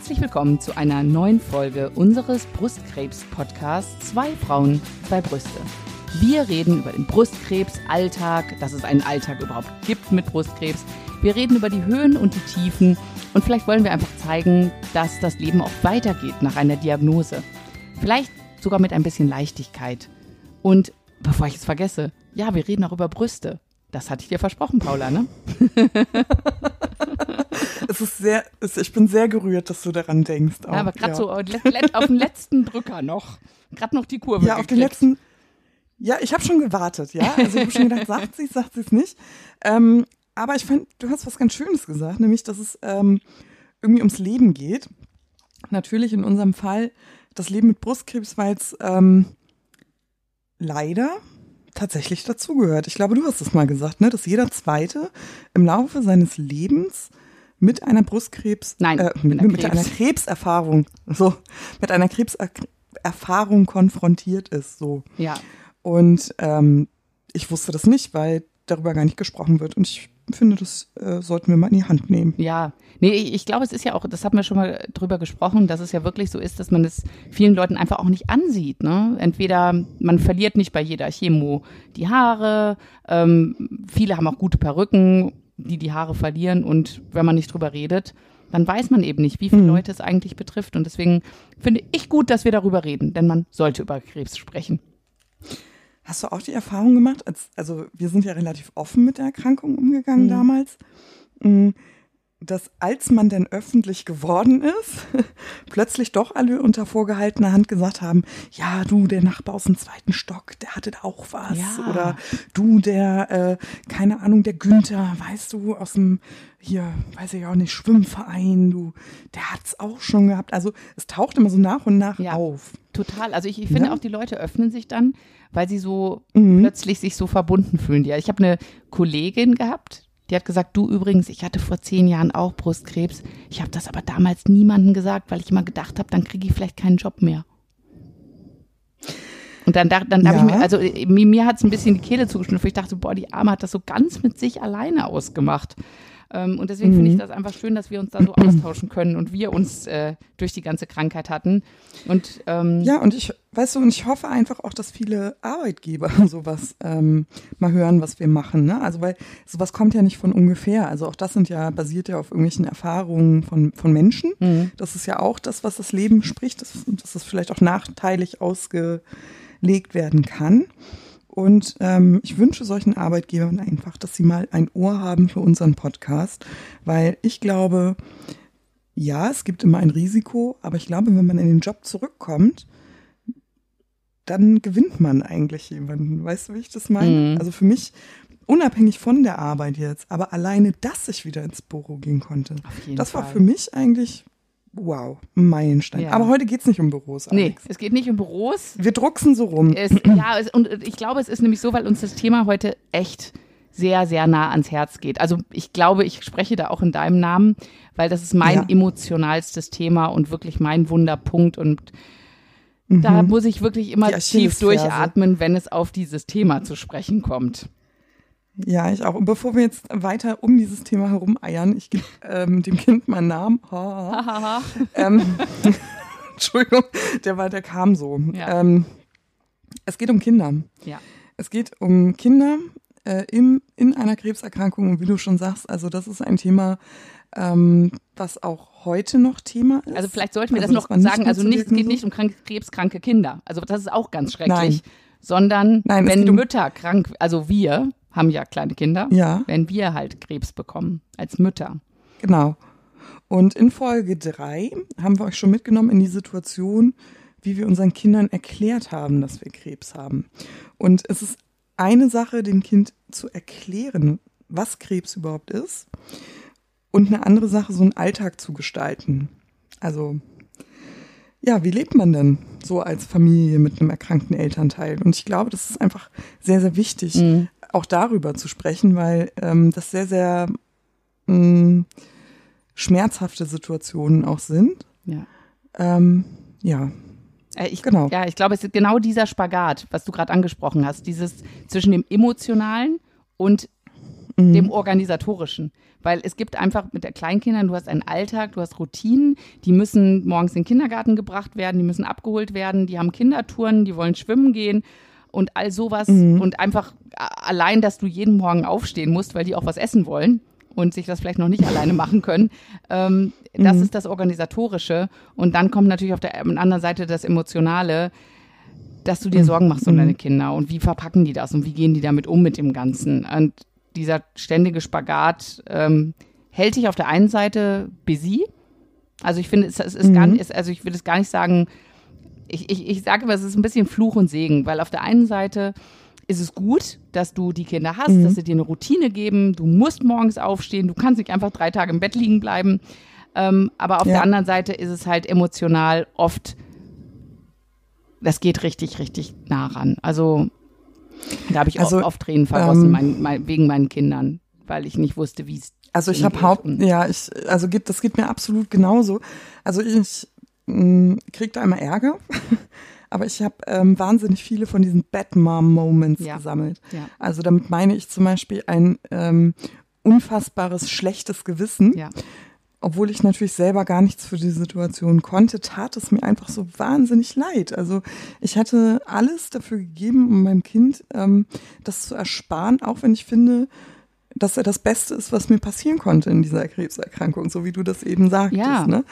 Herzlich willkommen zu einer neuen Folge unseres Brustkrebs-Podcasts Zwei Frauen, zwei Brüste. Wir reden über den Brustkrebs-Alltag, dass es einen Alltag überhaupt gibt mit Brustkrebs. Wir reden über die Höhen und die Tiefen und vielleicht wollen wir einfach zeigen, dass das Leben auch weitergeht nach einer Diagnose. Vielleicht sogar mit ein bisschen Leichtigkeit. Und bevor ich es vergesse, ja, wir reden auch über Brüste. Das hatte ich dir versprochen, Paula, ne? Ich bin sehr gerührt, dass du daran denkst. Auch. Ja, aber gerade so auf den letzten Drücker noch. Gerade noch die Kurve Ja, auf den letzten. Ja, ich habe schon gewartet, ja. Also ich habe schon gedacht, sagt sie es nicht. Aber ich fand, du hast was ganz Schönes gesagt, nämlich, dass es irgendwie ums Leben geht. Natürlich in unserem Fall das Leben mit Brustkrebs, weil es leider tatsächlich dazugehört. Ich glaube, du hast es mal gesagt, ne, dass jeder Zweite im Laufe seines Lebens mit einer mit einer Krebserfahrung konfrontiert ist. So. Ja. Und ich wusste das nicht, weil darüber gar nicht gesprochen wird. Und ich finde, das sollten wir mal in die Hand nehmen. Ja, nee, ich glaube, es ist ja auch, das haben wir schon mal drüber gesprochen, dass es ja wirklich so ist, dass man es vielen Leuten einfach auch nicht ansieht. Ne? Entweder man verliert nicht bei jeder Chemo die Haare, viele haben auch gute Perücken, die Haare verlieren, und wenn man nicht drüber redet, dann weiß man eben nicht, wie viele Leute es eigentlich betrifft. Und deswegen finde ich gut, dass wir darüber reden, denn man sollte über Krebs sprechen. Hast du auch die Erfahrung gemacht, also wir sind ja relativ offen mit der Erkrankung umgegangen damals, dass als man denn öffentlich geworden ist, plötzlich doch alle unter vorgehaltener Hand gesagt haben, ja, du, der Nachbar aus dem 2. Stock, der hatte da auch was. Ja. Oder du, der, keine Ahnung, der Günther, weißt du, aus dem, hier, weiß ich auch nicht, Schwimmverein, der hat's auch schon gehabt. Also es taucht immer so nach und nach auf. Total. Also ich finde auch, die Leute öffnen sich dann, weil sie so plötzlich sich so verbunden fühlen. Ja, ich habe eine Kollegin gehabt, die hat gesagt, du übrigens, ich hatte vor 10 Jahren auch Brustkrebs. Ich habe das aber damals niemandem gesagt, weil ich immer gedacht habe, dann kriege ich vielleicht keinen Job mehr. Und dann habe ich mir hat es ein bisschen die Kehle zugeschnitten, weil ich dachte, boah, die Arme hat das so ganz mit sich alleine ausgemacht. Und deswegen finde ich das einfach schön, dass wir uns da so austauschen können und wir uns durch die ganze Krankheit hatten. Und und ich hoffe einfach auch, dass viele Arbeitgeber sowas mal hören, was wir machen. Ne? Also weil sowas kommt ja nicht von ungefähr. Also auch das basiert ja auf irgendwelchen Erfahrungen von Menschen. Das ist ja auch das, was das Leben spricht, dass das vielleicht auch nachteilig ausgelegt werden kann. Und ich wünsche solchen Arbeitgebern einfach, dass sie mal ein Ohr haben für unseren Podcast, weil ich glaube, ja, es gibt immer ein Risiko, aber ich glaube, wenn man in den Job zurückkommt, dann gewinnt man eigentlich jemanden. Weißt du, wie ich das meine? Also für mich, unabhängig von der Arbeit jetzt, aber alleine, dass ich wieder ins Büro gehen konnte, das war für mich eigentlich... Wow, Meilenstein. Ja. Aber heute geht es nicht um Büros, Alex. Nee, es geht nicht um Büros. Wir drucksen so rum. Und ich glaube, es ist nämlich so, weil uns das Thema heute echt sehr, sehr nah ans Herz geht. Also ich glaube, ich spreche da auch in deinem Namen, weil das ist mein emotionalstes Thema und wirklich mein Wunderpunkt. Und da muss ich wirklich immer tief durchatmen, wenn es auf dieses Thema zu sprechen kommt. Ja, ich auch. Und bevor wir jetzt weiter um dieses Thema herumeiern, ich gebe dem Kind meinen Namen. Entschuldigung, der kam so. Ja. Es geht um Kinder. Ja. Es geht um Kinder in einer Krebserkrankung. Und wie du schon sagst, also das ist ein Thema, was auch heute noch Thema ist. Also vielleicht sollten wir das noch sagen. Also es geht nicht um krebskranke Kinder. Also das ist auch ganz schrecklich. Sondern wenn Mütter krank, also wir haben ja kleine Kinder, wenn wir halt Krebs bekommen als Mütter. Genau. Und in Folge 3 haben wir euch schon mitgenommen in die Situation, wie wir unseren Kindern erklärt haben, dass wir Krebs haben. Und es ist eine Sache, dem Kind zu erklären, was Krebs überhaupt ist, und eine andere Sache, so einen Alltag zu gestalten. Also, ja, wie lebt man denn so als Familie mit einem erkrankten Elternteil? Und ich glaube, das ist einfach sehr, sehr wichtig, auch darüber zu sprechen, weil das sehr, sehr schmerzhafte Situationen auch sind. Ja. Genau. Ja, ich glaube, es ist genau dieser Spagat, was du gerade angesprochen hast, dieses zwischen dem Emotionalen und dem Organisatorischen. Weil es gibt einfach mit den Kleinkindern, du hast einen Alltag, du hast Routinen, die müssen morgens in den Kindergarten gebracht werden, die müssen abgeholt werden, die haben Kindertouren, die wollen schwimmen gehen und all sowas. Und einfach allein, dass du jeden Morgen aufstehen musst, weil die auch was essen wollen und sich das vielleicht noch nicht alleine machen können. Das ist das Organisatorische. Und dann kommt natürlich auf der anderen Seite das Emotionale, dass du dir Sorgen machst um deine Kinder und wie verpacken die das und wie gehen die damit um mit dem Ganzen. Und dieser ständige Spagat hält dich auf der einen Seite busy. Also ich finde, es ist gar nicht, also ich will es gar nicht sagen, ich sage immer, es ist ein bisschen Fluch und Segen, weil auf der einen Seite ist es gut, dass du die Kinder hast, dass sie dir eine Routine geben, du musst morgens aufstehen, du kannst nicht einfach 3 Tage im Bett liegen bleiben, aber auf der anderen Seite ist es halt emotional oft, das geht richtig, richtig nah ran. Also da habe ich oft Tränen vergossen wegen meinen Kindern, weil ich nicht wusste, wie es also ich habe das geht mir absolut genauso. Also ich kriege da immer Ärger, aber ich habe wahnsinnig viele von diesen Bad Mom Moments gesammelt. Ja. Also damit meine ich zum Beispiel ein unfassbares schlechtes Gewissen. Ja. Obwohl ich natürlich selber gar nichts für die Situation konnte, tat es mir einfach so wahnsinnig leid. Also ich hatte alles dafür gegeben, um meinem Kind das zu ersparen, auch wenn ich finde, dass er das Beste ist, was mir passieren konnte in dieser Krebserkrankung, so wie du das eben sagtest. Ja. Ne?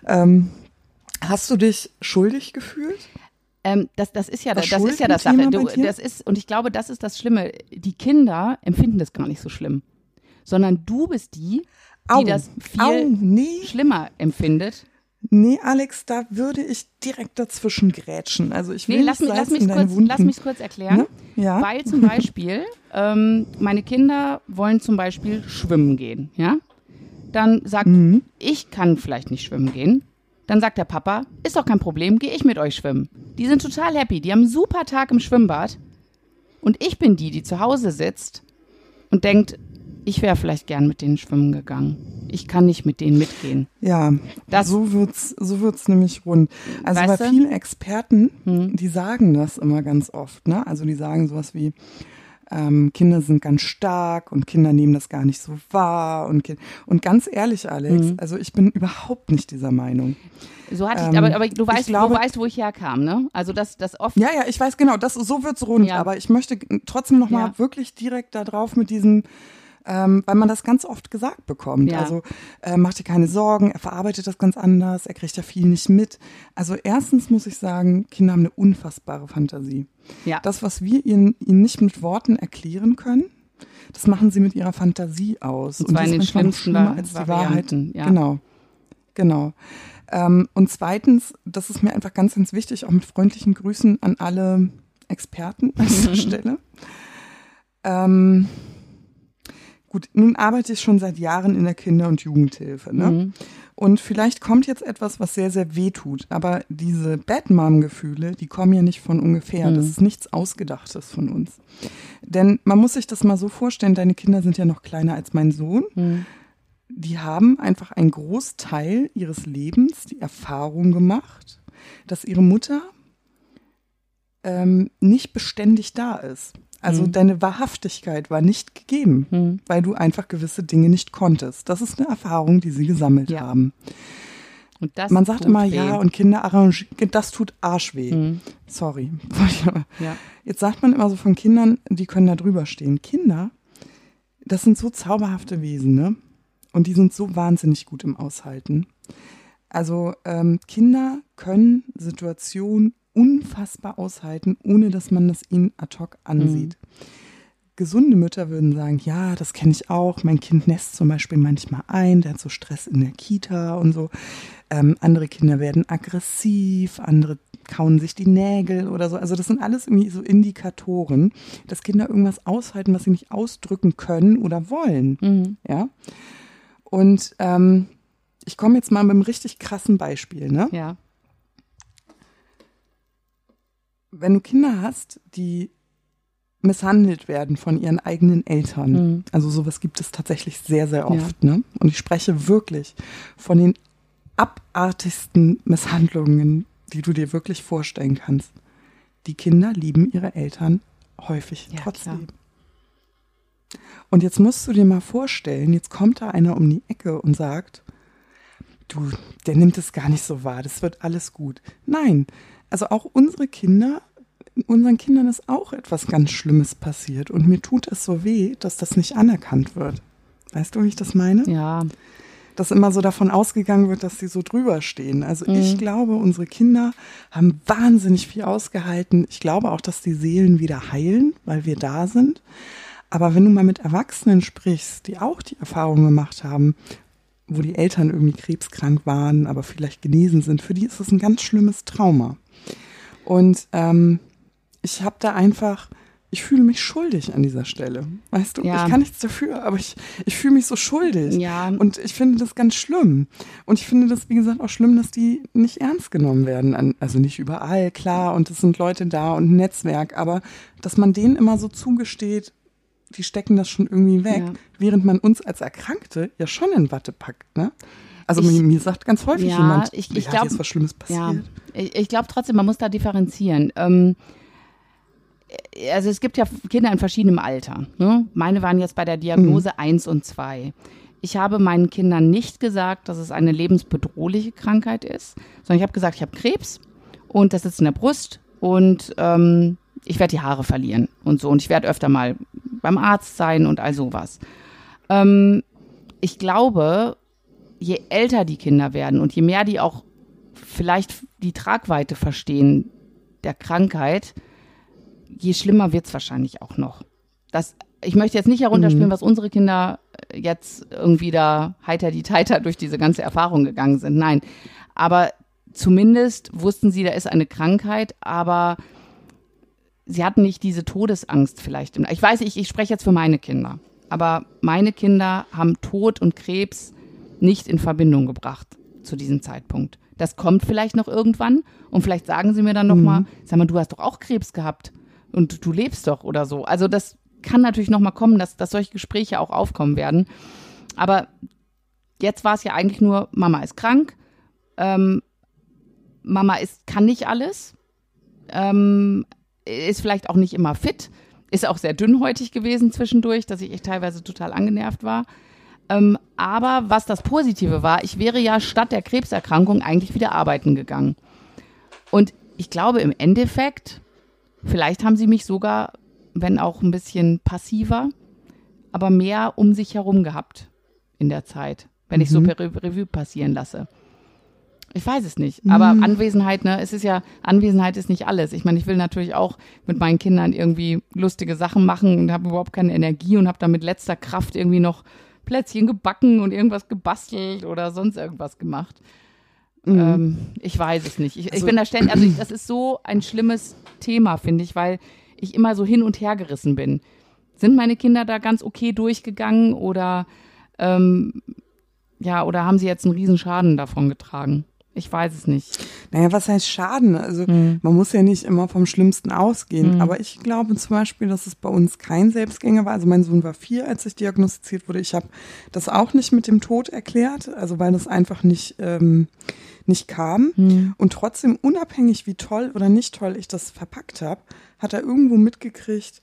Hast du dich schuldig gefühlt? Das ist ja das Sache. Und ich glaube, das ist das Schlimme. Die Kinder empfinden das gar nicht so schlimm, sondern du bist die das viel schlimmer empfindet. Nee, Alex, da würde ich direkt dazwischen grätschen. Also ich will lass mich kurz erklären. Ne? Ja? Weil zum Beispiel meine Kinder wollen zum Beispiel schwimmen gehen. Ja? Dann sagt, ich kann vielleicht nicht schwimmen gehen. Dann sagt der Papa, ist doch kein Problem, gehe ich mit euch schwimmen. Die sind total happy, die haben einen super Tag im Schwimmbad. Und ich bin die zu Hause sitzt und denkt, ich wäre vielleicht gern mit denen schwimmen gegangen. Ich kann nicht mit denen mitgehen. Ja, so wird's nämlich rund. Also bei vielen Experten, die sagen das immer ganz oft, ne? Also die sagen sowas wie, Kinder sind ganz stark und Kinder nehmen das gar nicht so wahr. Und ganz ehrlich, Alex, also ich bin überhaupt nicht dieser Meinung. So hatte ich, aber du weißt, wo ich herkam, ne? Also das oft. Ja, ich weiß genau, so wird's rund. Ja. Aber ich möchte trotzdem noch mal wirklich direkt da drauf mit diesem, weil man das ganz oft gesagt bekommt. Ja. Also mach dir keine Sorgen, er verarbeitet das ganz anders, er kriegt ja viel nicht mit. Also erstens muss ich sagen, Kinder haben eine unfassbare Fantasie. Ja. Das, was wir ihnen nicht mit Worten erklären können, das machen sie mit ihrer Fantasie aus. Und zwar in den schlimmsten als die Wahrheit. Ja. Genau. Und zweitens, das ist mir einfach ganz, ganz wichtig, auch mit freundlichen Grüßen an alle Experten an dieser Stelle. Gut, nun arbeite ich schon seit Jahren in der Kinder- und Jugendhilfe. Ne? Und vielleicht kommt jetzt etwas, was sehr, sehr weh tut. Aber diese Bad-Mom-Gefühle, die kommen ja nicht von ungefähr. Das ist nichts Ausgedachtes von uns. Denn man muss sich das mal so vorstellen, deine Kinder sind ja noch kleiner als mein Sohn. Die haben einfach einen Großteil ihres Lebens die Erfahrung gemacht, dass ihre Mutter nicht beständig da ist. Also deine Wahrhaftigkeit war nicht gegeben, weil du einfach gewisse Dinge nicht konntest. Das ist eine Erfahrung, die sie gesammelt haben. Und das man sagt immer, ja, und Kinder arrangieren, das tut arschweh. Sorry. Ja. Jetzt sagt man immer so von Kindern, die können da drüber stehen. Kinder, das sind so zauberhafte Wesen, ne? Und die sind so wahnsinnig gut im Aushalten. Also Kinder können Situationen unfassbar aushalten, ohne dass man das ihnen ad hoc ansieht. Gesunde Mütter würden sagen, ja, das kenne ich auch, mein Kind nässt zum Beispiel manchmal ein, der hat so Stress in der Kita und so. Andere Kinder werden aggressiv, andere kauen sich die Nägel oder so. Also das sind alles irgendwie so Indikatoren, dass Kinder irgendwas aushalten, was sie nicht ausdrücken können oder wollen. Ja. Und ich komme jetzt mal mit einem richtig krassen Beispiel, ne? Ja. Wenn du Kinder hast, die misshandelt werden von ihren eigenen Eltern, also sowas gibt es tatsächlich sehr, sehr oft, ne? Und ich spreche wirklich von den abartigsten Misshandlungen, die du dir wirklich vorstellen kannst. Die Kinder lieben ihre Eltern häufig trotzdem. Klar. Und jetzt musst du dir mal vorstellen, jetzt kommt da einer um die Ecke und sagt, du, der nimmt es gar nicht so wahr, das wird alles gut. Nein, also auch unseren Kindern ist auch etwas ganz Schlimmes passiert. Und mir tut es so weh, dass das nicht anerkannt wird. Weißt du, wie ich das meine? Ja. Dass immer so davon ausgegangen wird, dass sie so drüber stehen. Also ich glaube, unsere Kinder haben wahnsinnig viel ausgehalten. Ich glaube auch, dass die Seelen wieder heilen, weil wir da sind. Aber wenn du mal mit Erwachsenen sprichst, die auch die Erfahrung gemacht haben, wo die Eltern irgendwie krebskrank waren, aber vielleicht genesen sind, für die ist das ein ganz schlimmes Trauma. Und ich habe da einfach, ich fühle mich schuldig an dieser Stelle. Weißt du, Ja. ich kann nichts dafür, aber ich fühle mich so schuldig. Ja. Und ich finde das ganz schlimm. Und ich finde das, wie gesagt, auch schlimm, dass die nicht ernst genommen werden. Also nicht überall, klar, und es sind Leute da und ein Netzwerk, aber dass man denen immer so zugesteht, die stecken das schon irgendwie weg, Ja. während man uns als Erkrankte ja schon in Watte packt, ne? Also mir sagt ganz häufig jemand, ich dir glaub, ist was Schlimmes passiert. Ja, ich glaube trotzdem, man muss da differenzieren. Also es gibt ja Kinder in verschiedenem Alter. Ne? Meine waren jetzt bei der Diagnose 1 und 2. Ich habe meinen Kindern nicht gesagt, dass es eine lebensbedrohliche Krankheit ist, sondern ich habe gesagt, ich habe Krebs und das sitzt in der Brust und ich werde die Haare verlieren und so. Und ich werde öfter mal beim Arzt sein und all sowas. Ich glaube, je älter die Kinder werden und je mehr die auch vielleicht die Tragweite verstehen der Krankheit, je schlimmer wird es wahrscheinlich auch noch. Ich möchte jetzt nicht herunterspielen, was unsere Kinder jetzt irgendwie da heiter-die-teiter durch diese ganze Erfahrung gegangen sind. Nein, aber zumindest wussten sie, da ist eine Krankheit, aber sie hatten nicht diese Todesangst vielleicht. Ich weiß nicht, ich spreche jetzt für meine Kinder, aber meine Kinder haben Tod und Krebs nicht in Verbindung gebracht zu diesem Zeitpunkt. Das kommt vielleicht noch irgendwann und vielleicht sagen sie mir dann nochmal, sag mal, du hast doch auch Krebs gehabt und du lebst doch oder so. Also das kann natürlich nochmal kommen, dass solche Gespräche auch aufkommen werden. Aber jetzt war es ja eigentlich nur, Mama ist krank, Mama kann nicht alles, ist vielleicht auch nicht immer fit, ist auch sehr dünnhäutig gewesen zwischendurch, dass ich echt teilweise total angenervt war. Aber was das Positive war, ich wäre ja statt der Krebserkrankung eigentlich wieder arbeiten gegangen. Und ich glaube im Endeffekt, vielleicht haben sie mich sogar, wenn auch ein bisschen passiver, aber mehr um sich herum gehabt in der Zeit, wenn ich so Revue passieren lasse. Ich weiß es nicht, aber Anwesenheit, ne, Anwesenheit ist nicht alles. Ich meine, ich will natürlich auch mit meinen Kindern irgendwie lustige Sachen machen und habe überhaupt keine Energie und habe dann mit letzter Kraft irgendwie noch Plätzchen gebacken und irgendwas gebastelt oder sonst irgendwas gemacht. Ich weiß es nicht. Ich bin da ständig, also das ist so ein schlimmes Thema, finde ich, weil ich immer so hin und her gerissen bin. Sind meine Kinder da ganz okay durchgegangen oder oder haben sie jetzt einen riesen Schaden davon getragen? Ich weiß es nicht. Naja, was heißt Schaden? Also man muss ja nicht immer vom Schlimmsten ausgehen. Aber ich glaube zum Beispiel, dass es bei uns kein Selbstgänger war. Also mein Sohn war 4, als ich diagnostiziert wurde. Ich habe das auch nicht mit dem Tod erklärt, also weil das einfach nicht kam. Und trotzdem, unabhängig wie toll oder nicht toll ich das verpackt habe, hat er irgendwo mitgekriegt,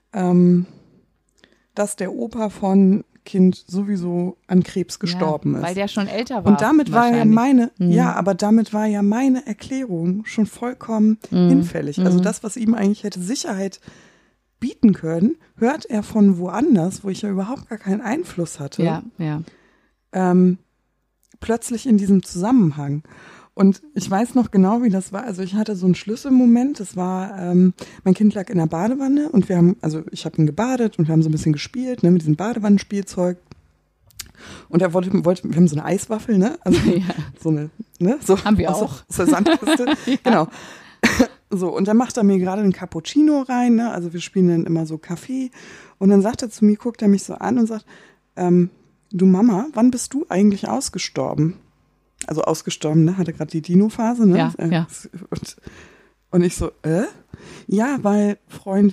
dass der Opa von Kind sowieso an Krebs gestorben ist. Weil der schon älter war. Und damit war ja aber damit war ja meine Erklärung schon vollkommen hinfällig. Also das, was ihm eigentlich hätte Sicherheit bieten können, hört er von woanders, wo ich ja überhaupt gar keinen Einfluss hatte. Ja. Plötzlich in diesem Zusammenhang. Und ich weiß noch genau, wie das war. Also ich hatte so einen Schlüsselmoment. Das war, mein Kind lag in der Badewanne und ich habe ihn gebadet und wir haben so ein bisschen gespielt, ne, mit diesem Badewannenspielzeug. Und er wollte, wir haben so eine Eiswaffel, ne? Also so eine, ne? So haben wir auch. Aus der Sandkiste. Genau. So, und dann macht er mir gerade einen Cappuccino rein, ne? Also wir spielen dann immer so Kaffee. Und dann sagt er zu mir, guckt er mich so an und sagt, du Mama, wann bist du eigentlich ausgestorben? Also ausgestorben, ne? Hatte gerade die Dino-Phase, ne? Ja. Und ich so, Ja, weil Freund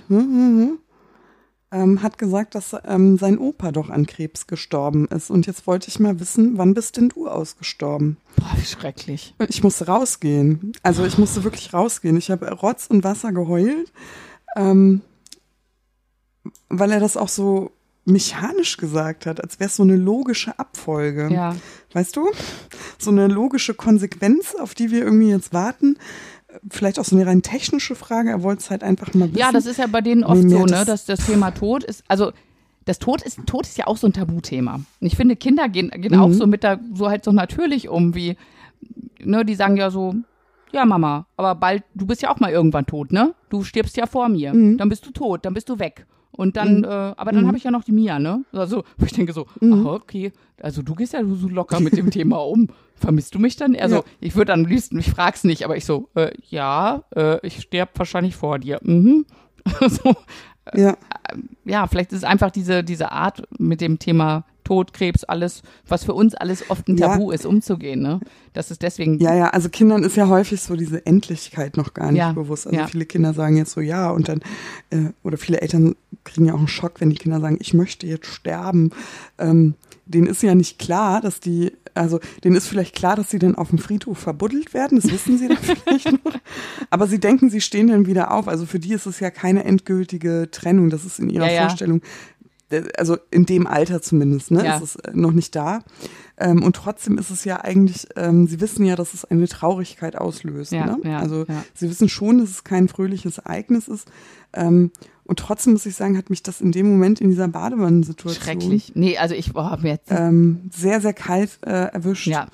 hat gesagt, dass sein Opa doch an Krebs gestorben ist. Und jetzt wollte ich mal wissen, wann bist denn du ausgestorben? Boah, wie schrecklich. Ich musste rausgehen. Also ich musste wirklich rausgehen. Ich habe Rotz und Wasser geheult, weil er das auch so mechanisch gesagt hat, als wäre es so eine logische Abfolge. Ja. Weißt du? So eine logische Konsequenz, auf die wir irgendwie jetzt warten. Vielleicht auch so eine rein technische Frage, er wollte es halt einfach mal wissen. Ja, das ist ja bei denen oft so, ne, dass das Thema Tod ist, also das Tod ist ja auch so ein Tabuthema. Und ich finde, Kinder gehen auch so so halt so natürlich um, wie, ne, die sagen ja so, ja Mama, aber bald, du bist ja auch mal irgendwann tot, ne? Du stirbst ja vor mir, dann bist du tot, dann bist du weg. Und dann, aber dann habe ich ja noch die Mia, ne? Also, wo ich denke so, ach, okay, also du gehst ja so locker mit dem Thema um. Vermisst du mich dann? Also, ich würde am liebsten, ich frag's nicht, aber ich so, ich sterbe wahrscheinlich vor dir. So, ja, vielleicht ist es einfach diese Art mit dem Thema Tod, Krebs, alles, was für uns alles oft ein Tabu ist, umzugehen, ne? Das ist deswegen. Ja, also Kindern ist ja häufig so diese Endlichkeit noch gar nicht bewusst. Also viele Kinder sagen jetzt so, ja, und dann, oder viele Eltern kriegen ja auch einen Schock, wenn die Kinder sagen, ich möchte jetzt sterben. Denen ist ja nicht klar, denen ist vielleicht klar, dass sie dann auf dem Friedhof verbuddelt werden, das wissen sie dann vielleicht noch. Aber sie denken, sie stehen dann wieder auf. Also für die ist es ja keine endgültige Trennung, das ist in ihrer Vorstellung, also in dem Alter zumindest, ne, ist es noch nicht da. Und trotzdem ist es ja eigentlich, sie wissen ja, dass es eine Traurigkeit auslöst. Ne? Sie wissen schon, dass es kein fröhliches Ereignis ist. Und trotzdem muss ich sagen, hat mich das in dem Moment in dieser Badewannensituation schrecklich. Nee, also ich habe jetzt sehr, sehr kalt erwischt. Ja.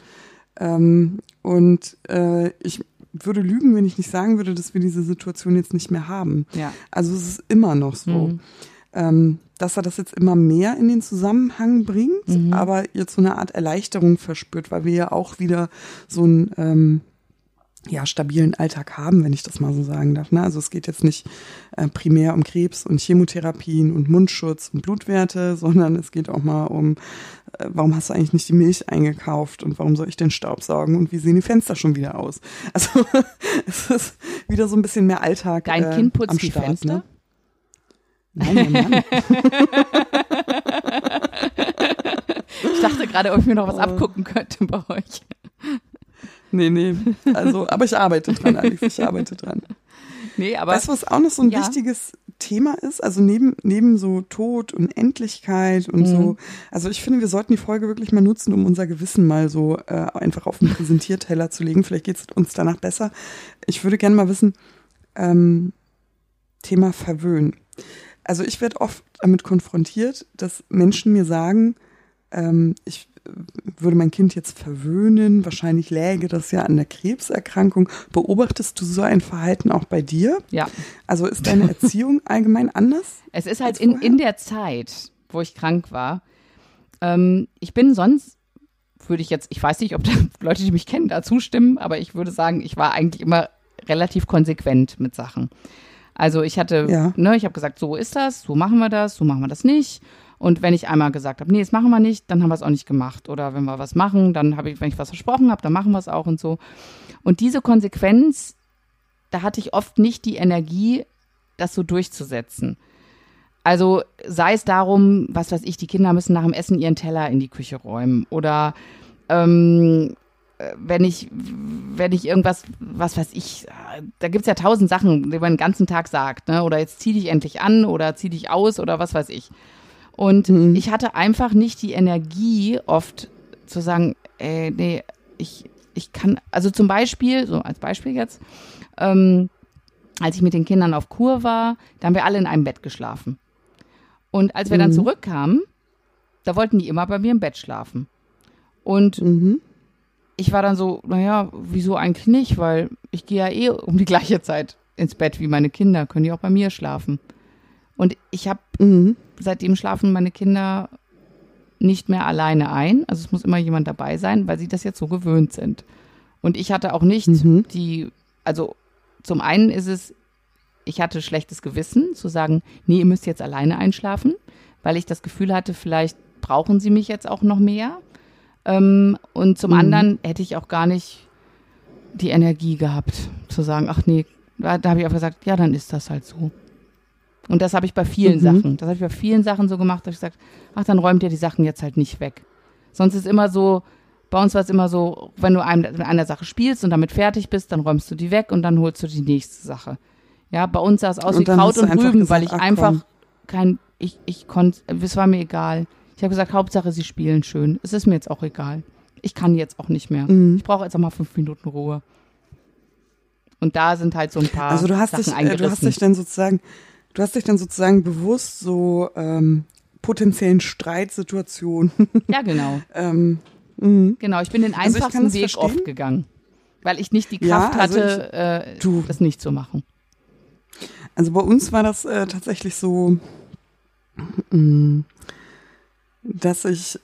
Ich würde lügen, wenn ich nicht sagen würde, dass wir diese Situation jetzt nicht mehr haben. Ja. Also es ist immer noch so. Dass er das jetzt immer mehr in den Zusammenhang bringt, aber jetzt so eine Art Erleichterung verspürt, weil wir ja auch wieder so einen stabilen Alltag haben, wenn ich das mal so sagen darf. Ne? Also es geht jetzt nicht primär um Krebs und Chemotherapien und Mundschutz und Blutwerte, sondern es geht auch mal um, warum hast du eigentlich nicht die Milch eingekauft und warum soll ich den Staubsaugen und wie sehen die Fenster schon wieder aus? Also es ist wieder so ein bisschen mehr Alltag. Dein Kind putzt am die Start, Fenster? Ne? Nein, Mann. Ich dachte gerade, ob ich mir noch was abgucken könnte bei euch. Nee, also, aber ich arbeite dran, Alex, Nee, aber weißt du, was auch noch so ein wichtiges Thema ist? Also neben so Tod und Endlichkeit und so. Also ich finde, wir sollten die Folge wirklich mal nutzen, um unser Gewissen mal so einfach auf den Präsentierteller zu legen. Vielleicht geht es uns danach besser. Ich würde gerne mal wissen, Thema Verwöhnen. Also ich werde oft damit konfrontiert, dass Menschen mir sagen, ich würde mein Kind jetzt verwöhnen, wahrscheinlich läge das ja an der Krebserkrankung. Beobachtest du so ein Verhalten auch bei dir? Ja. Also ist deine Erziehung allgemein anders? Es ist halt in der Zeit, wo ich krank war. Ich bin sonst, ich weiß nicht, ob da Leute, die mich kennen, da zustimmen, aber ich würde sagen, ich war eigentlich immer relativ konsequent mit Sachen. Also ich hatte, ich habe gesagt, so ist das, so machen wir das nicht. Und wenn ich einmal gesagt habe, nee, das machen wir nicht, dann haben wir es auch nicht gemacht. Oder wenn wir was machen, dann wenn ich was versprochen habe, dann machen wir es auch und so. Und diese Konsequenz, da hatte ich oft nicht die Energie, das so durchzusetzen. Also sei es darum, was weiß ich, die Kinder müssen nach dem Essen ihren Teller in die Küche räumen. Oder wenn ich irgendwas, was weiß ich, da gibt's ja 1000 Sachen, die man den ganzen Tag sagt, ne? Oder jetzt zieh dich endlich an oder zieh dich aus oder was weiß ich. Und ich hatte einfach nicht die Energie oft zu sagen, nee, ich kann, also zum Beispiel, so als Beispiel jetzt, als ich mit den Kindern auf Kur war, da haben wir alle in einem Bett geschlafen. Und als wir dann zurückkamen, da wollten die immer bei mir im Bett schlafen. Und ich war dann so, naja, wieso eigentlich nicht? Weil ich gehe ja um die gleiche Zeit ins Bett wie meine Kinder, können die auch bei mir schlafen. Und ich habe, seitdem schlafen meine Kinder nicht mehr alleine ein. Also es muss immer jemand dabei sein, weil sie das jetzt so gewöhnt sind. Und ich hatte auch nicht also zum einen ist es, ich hatte schlechtes Gewissen zu sagen, nee, ihr müsst jetzt alleine einschlafen, weil ich das Gefühl hatte, vielleicht brauchen sie mich jetzt auch noch mehr. Und zum anderen hätte ich auch gar nicht die Energie gehabt, zu sagen, ach nee, da habe ich auch gesagt, ja, dann ist das halt so. Und das habe ich bei vielen Sachen. Das habe ich bei vielen Sachen so gemacht, dass ich gesagt, ach, dann räumt ihr die Sachen jetzt halt nicht weg. Sonst ist immer so, bei uns war es immer so, wenn du mit einer Sache spielst und damit fertig bist, dann räumst du die weg und dann holst du die nächste Sache. Ja, bei uns sah es aus wie Kraut und Rüben, weil ich einfach es war mir egal. Ich habe gesagt, Hauptsache, sie spielen schön. Es ist mir jetzt auch egal. Ich kann jetzt auch nicht mehr. Ich brauche jetzt auch mal 5 Minuten Ruhe. Und da sind halt so ein paar Sachen eingerissen. Du hast dich dann sozusagen bewusst so potenziellen Streitsituationen. Ja, genau. Genau, ich bin den einfachsten Weg oft gegangen, weil ich nicht die Kraft hatte, das nicht zu machen. Also bei uns war das tatsächlich so, dass ich,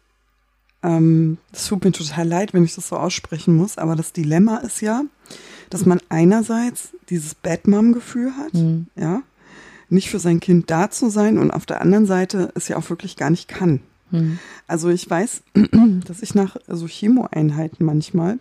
das tut mir total leid, wenn ich das so aussprechen muss, aber das Dilemma ist ja, dass man einerseits dieses Bad-Mom-Gefühl hat, ja, nicht für sein Kind da zu sein und auf der anderen Seite es ja auch wirklich gar nicht kann. Also ich weiß, dass ich nach so Chemo-Einheiten manchmal,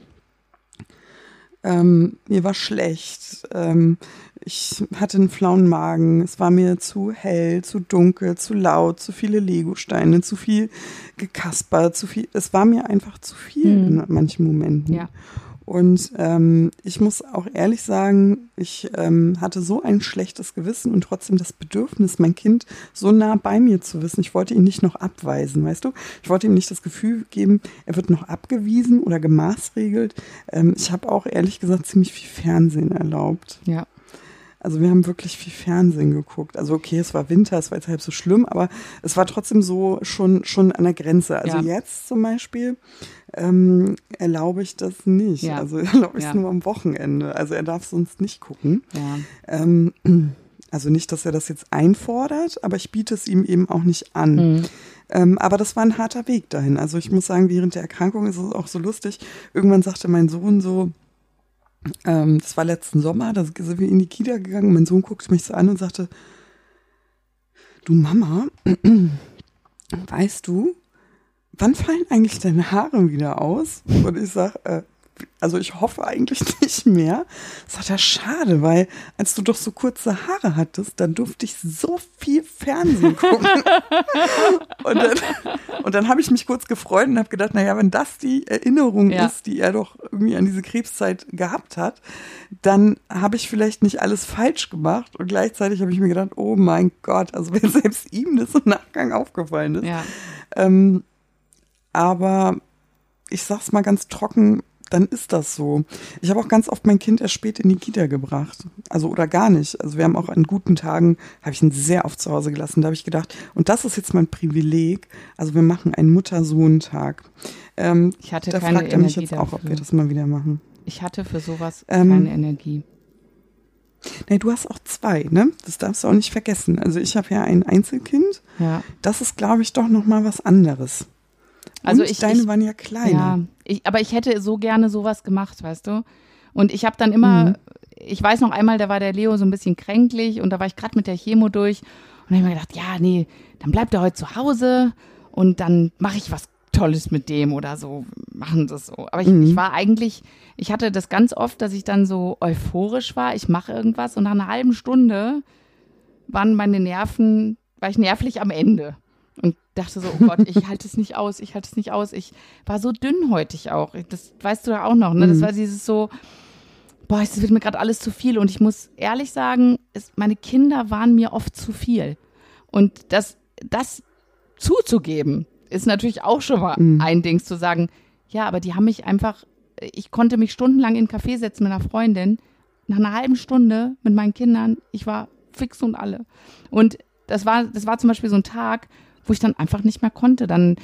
mir war schlecht, ich hatte einen flauen Magen, es war mir zu hell, zu dunkel, zu laut, zu viele Legosteine, zu viel Gekasper, es war mir einfach zu viel in manchen Momenten. Ja. Und ich muss auch ehrlich sagen, ich hatte so ein schlechtes Gewissen und trotzdem das Bedürfnis, mein Kind so nah bei mir zu wissen. Ich wollte ihn nicht noch abweisen, weißt du? Ich wollte ihm nicht das Gefühl geben, er wird noch abgewiesen oder gemaßregelt. Ich habe auch ehrlich gesagt ziemlich viel Fernsehen erlaubt. Ja. Also wir haben wirklich viel Fernsehen geguckt. Also okay, es war Winter, es war jetzt halb so schlimm, aber es war trotzdem so schon an der Grenze. Also jetzt zum Beispiel erlaube ich das nicht. Ja. Also erlaube ich es nur am Wochenende. Also er darf sonst nicht gucken. Ja. Also nicht, dass er das jetzt einfordert, aber ich biete es ihm eben auch nicht an. Aber das war ein harter Weg dahin. Also ich muss sagen, während der Erkrankung ist es auch so lustig. Irgendwann sagte mein Sohn so, das war letzten Sommer, da sind wir in die Kita gegangen und mein Sohn guckte mich so an und sagte, du Mama, weißt du, wann fallen eigentlich deine Haare wieder aus? Und ich sage, also ich hoffe eigentlich nicht mehr. Sagt er, schade, weil als du doch so kurze Haare hattest, dann durfte ich so viel Fernsehen gucken. und dann habe ich mich kurz gefreut und habe gedacht, naja, wenn das die Erinnerung ist, die er doch irgendwie an diese Krebszeit gehabt hat, dann habe ich vielleicht nicht alles falsch gemacht. Und gleichzeitig habe ich mir gedacht, oh mein Gott, also wenn selbst ihm das im Nachgang aufgefallen ist. Ja. Aber ich sag's mal ganz trocken, dann ist das so. Ich habe auch ganz oft mein Kind erst spät in die Kita gebracht. Also oder gar nicht. Also wir haben auch an guten Tagen, habe ich ihn sehr oft zu Hause gelassen. Da habe ich gedacht, und das ist jetzt mein Privileg. Also wir machen einen Mutter-Sohn-Tag. Ich hatte da keine fragt er mich Energie jetzt auch, ob wir das mal wieder machen. Ich hatte für sowas keine Energie. Nee, du hast auch 2, ne? Das darfst du auch nicht vergessen. Also ich habe ja ein Einzelkind. Ja. Das ist, glaube ich, doch noch mal was anderes. Also und deine waren ja kleiner. Ja, aber ich hätte so gerne sowas gemacht, weißt du? Und ich habe dann immer, ich weiß noch einmal, da war der Leo so ein bisschen kränklich und da war ich gerade mit der Chemo durch und dann habe ich mir gedacht, ja, nee, dann bleibt er heute zu Hause und dann mache ich was Tolles mit dem oder so, machen das so. Aber ich war eigentlich, ich hatte das ganz oft, dass ich dann so euphorisch war, ich mache irgendwas und nach einer halben Stunde war ich nervlich am Ende. Und dachte so, oh Gott, ich halte es nicht aus. Ich war so dünnhäutig auch. Das weißt du ja auch noch, ne? Das war dieses so, boah, es wird mir gerade alles zu viel. Und ich muss ehrlich sagen, meine Kinder waren mir oft zu viel. Und das zuzugeben, ist natürlich auch schon mal ein Ding, zu sagen, ja, aber die haben mich einfach, ich konnte mich stundenlang in einen Café setzen mit einer Freundin. Nach einer halben Stunde mit meinen Kindern, ich war fix und alle. Und das war zum Beispiel so ein Tag, wo ich dann einfach nicht mehr konnte. Dann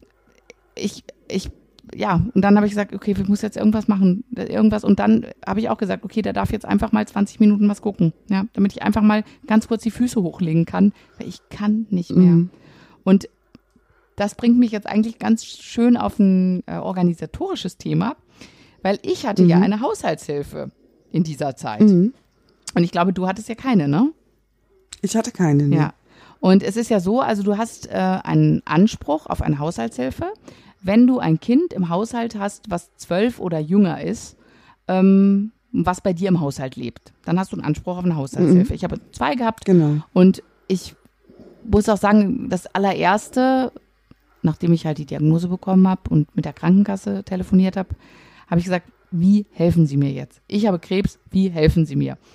und dann habe ich gesagt, okay, wir müssen jetzt irgendwas machen, und dann habe ich auch gesagt, okay, der darf jetzt einfach mal 20 Minuten was gucken, ja, damit ich einfach mal ganz kurz die Füße hochlegen kann, weil ich kann nicht mehr. Und das bringt mich jetzt eigentlich ganz schön auf ein organisatorisches Thema, weil ich hatte ja eine Haushaltshilfe in dieser Zeit. Und ich glaube, du hattest ja keine, ne? Ich hatte keine, ne? Ja. Und es ist ja so, also du hast einen Anspruch auf eine Haushaltshilfe, wenn du ein Kind im Haushalt hast, was 12 oder jünger ist, was bei dir im Haushalt lebt. Dann hast du einen Anspruch auf eine Haushaltshilfe. Ich habe 2 gehabt. Genau. Und ich muss auch sagen, das allererste, nachdem ich halt die Diagnose bekommen habe und mit der Krankenkasse telefoniert habe, habe ich gesagt, wie helfen Sie mir jetzt? Ich habe Krebs, wie helfen Sie mir?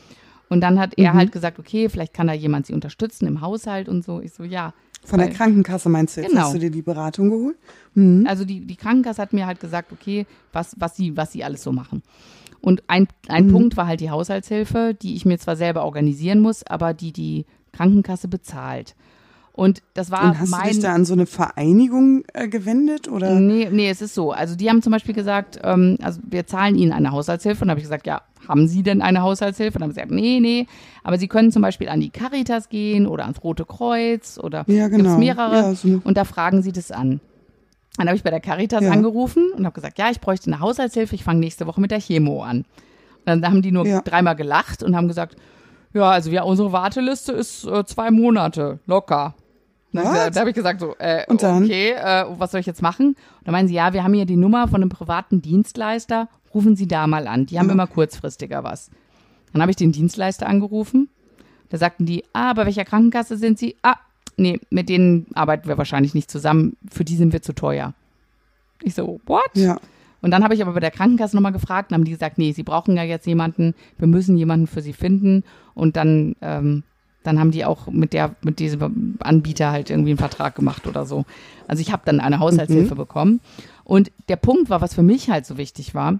Und dann hat er halt gesagt, okay, vielleicht kann da jemand sie unterstützen im Haushalt und so. Ich so, ja. Von der Krankenkasse meinst du jetzt? Genau. Hast du dir die Beratung geholt? Mhm. Also die Krankenkasse hat mir halt gesagt, okay, was sie alles so machen. Und ein Punkt war halt die Haushaltshilfe, die ich mir zwar selber organisieren muss, aber die Krankenkasse bezahlt. Und das war Und hast du dich da an so eine Vereinigung gewendet? Oder? Nee, es ist so. Also die haben zum Beispiel gesagt, also wir zahlen ihnen eine Haushaltshilfe. Und dann habe ich gesagt, ja, haben Sie denn eine Haushaltshilfe? Und dann haben sie gesagt, nee. Aber Sie können zum Beispiel an die Caritas gehen oder ans Rote Kreuz oder ja, genau. Gibt es mehrere. Ja, so. Und da fragen Sie das an. Dann habe ich bei der Caritas angerufen und habe gesagt, ja, ich bräuchte eine Haushaltshilfe. Ich fange nächste Woche mit der Chemo an. Und dann haben die nur 3-mal gelacht und haben gesagt, ja, also unsere Warteliste ist 2 Monate, locker. Da habe ich gesagt, so, und dann? Okay, was soll ich jetzt machen? Und dann meinen sie, ja, wir haben hier die Nummer von einem privaten Dienstleister, rufen Sie da mal an. Die haben immer kurzfristiger was. Dann habe ich den Dienstleister angerufen. Da sagten die, bei welcher Krankenkasse sind Sie? Nee, mit denen arbeiten wir wahrscheinlich nicht zusammen. Für die sind wir zu teuer. Ich so, what? Ja. Und dann habe ich aber bei der Krankenkasse nochmal gefragt und haben die gesagt, nee, Sie brauchen ja jetzt jemanden, wir müssen jemanden für Sie finden. Und dann haben die auch mit diesem Anbieter halt irgendwie einen Vertrag gemacht oder so. Also ich habe dann eine Haushaltshilfe bekommen. Und der Punkt war, was für mich halt so wichtig war,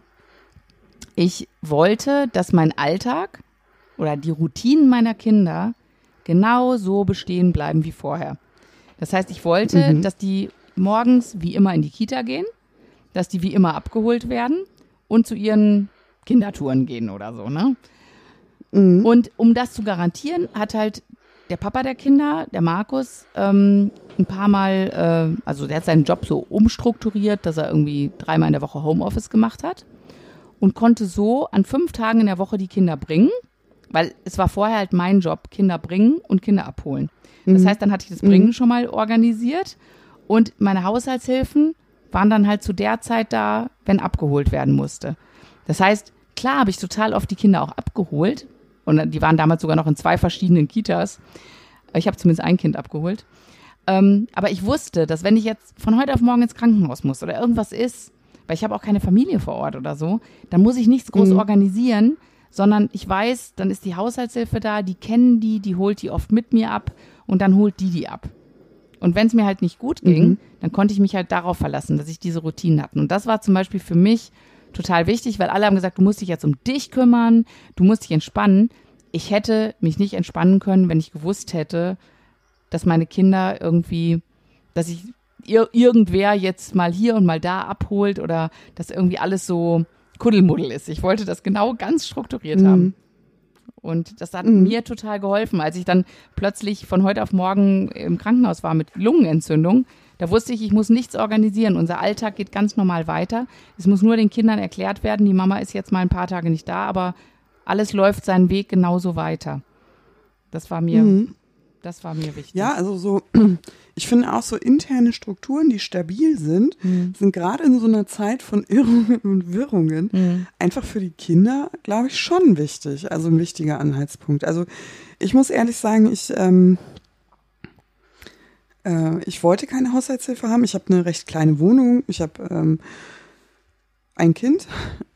ich wollte, dass mein Alltag oder die Routinen meiner Kinder genau so bestehen bleiben wie vorher. Das heißt, ich wollte, dass die morgens wie immer in die Kita gehen, dass die wie immer abgeholt werden und zu ihren Kindertouren gehen oder so, ne? Und um das zu garantieren, hat halt der Papa der Kinder, der Markus, ein paar Mal, also der hat seinen Job so umstrukturiert, dass er irgendwie 3-mal in der Woche Homeoffice gemacht hat und konnte so an 5 Tagen in der Woche die Kinder bringen, weil es war vorher halt mein Job, Kinder bringen und Kinder abholen. Das heißt, dann hatte ich das Bringen schon mal organisiert und meine Haushaltshilfen waren dann halt zu der Zeit da, wenn abgeholt werden musste. Das heißt, klar habe ich total oft die Kinder auch abgeholt und die waren damals sogar noch in 2 verschiedenen Kitas. Ich habe zumindest ein Kind abgeholt. Aber ich wusste, dass wenn ich jetzt von heute auf morgen ins Krankenhaus muss oder irgendwas ist, weil ich habe auch keine Familie vor Ort oder so, dann muss ich nichts groß organisieren, sondern ich weiß, dann ist die Haushaltshilfe da, die kennen die holt die oft mit mir ab und dann holt die ab. Und wenn es mir halt nicht gut ging, dann konnte ich mich halt darauf verlassen, dass ich diese Routinen hatte. Und das war zum Beispiel für mich total wichtig, weil alle haben gesagt, du musst dich jetzt um dich kümmern, du musst dich entspannen. Ich hätte mich nicht entspannen können, wenn ich gewusst hätte, dass meine Kinder irgendwie, dass ich irgendwer jetzt mal hier und mal da abholt oder dass irgendwie alles so Kuddelmuddel ist. Ich wollte das genau ganz strukturiert haben. Und das hat mir total geholfen. Als ich dann plötzlich von heute auf morgen im Krankenhaus war mit Lungenentzündung, da wusste ich muss nichts organisieren. Unser Alltag geht ganz normal weiter. Es muss nur den Kindern erklärt werden, die Mama ist jetzt mal ein paar Tage nicht da, aber alles läuft seinen Weg genauso weiter. Das war mir wichtig. Ja, also so, ich finde auch so interne Strukturen, die stabil sind, sind gerade in so einer Zeit von Irrungen und Wirrungen einfach für die Kinder, glaube ich, schon wichtig. Also ein wichtiger Anhaltspunkt. Also ich muss ehrlich sagen, ich wollte keine Haushaltshilfe haben. Ich habe eine recht kleine Wohnung. Ich habe ein Kind.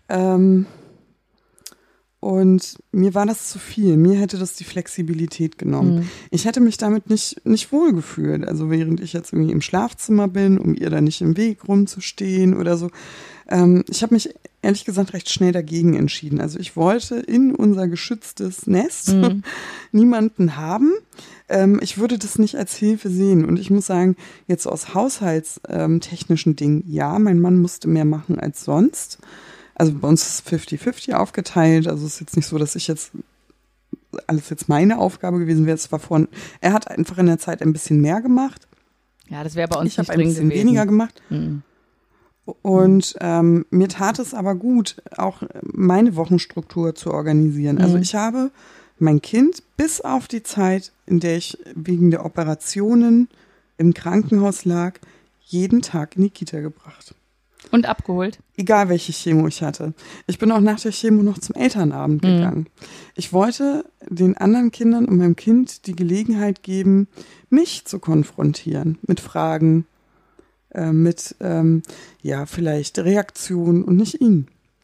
Und mir war das zu viel. Mir hätte das die Flexibilität genommen. Ich hätte mich damit nicht wohl gefühlt. Also während ich jetzt irgendwie im Schlafzimmer bin, um ihr da nicht im Weg rumzustehen oder so. Ich habe mich ehrlich gesagt recht schnell dagegen entschieden. Also ich wollte in unser geschütztes Nest niemanden haben. Ich würde das nicht als Hilfe sehen. Und ich muss sagen, jetzt aus haushaltstechnischen Dingen, ja, mein Mann musste mehr machen als sonst. Also bei uns ist es 50-50 aufgeteilt. Also es ist jetzt nicht so, dass alles jetzt meine Aufgabe gewesen wäre. Er hat einfach in der Zeit ein bisschen mehr gemacht. Ja, das wäre bei uns nicht drin gewesen. Ich habe ein bisschen weniger gemacht. Und mir tat es aber gut, auch meine Wochenstruktur zu organisieren. Also ich habe mein Kind bis auf die Zeit, in der ich wegen der Operationen im Krankenhaus lag, jeden Tag in die Kita gebracht. Und abgeholt? Egal, welche Chemo ich hatte. Ich bin auch nach der Chemo noch zum Elternabend gegangen. Ich wollte den anderen Kindern und meinem Kind die Gelegenheit geben, mich zu konfrontieren mit Fragen, mit vielleicht Reaktionen und nicht ihn.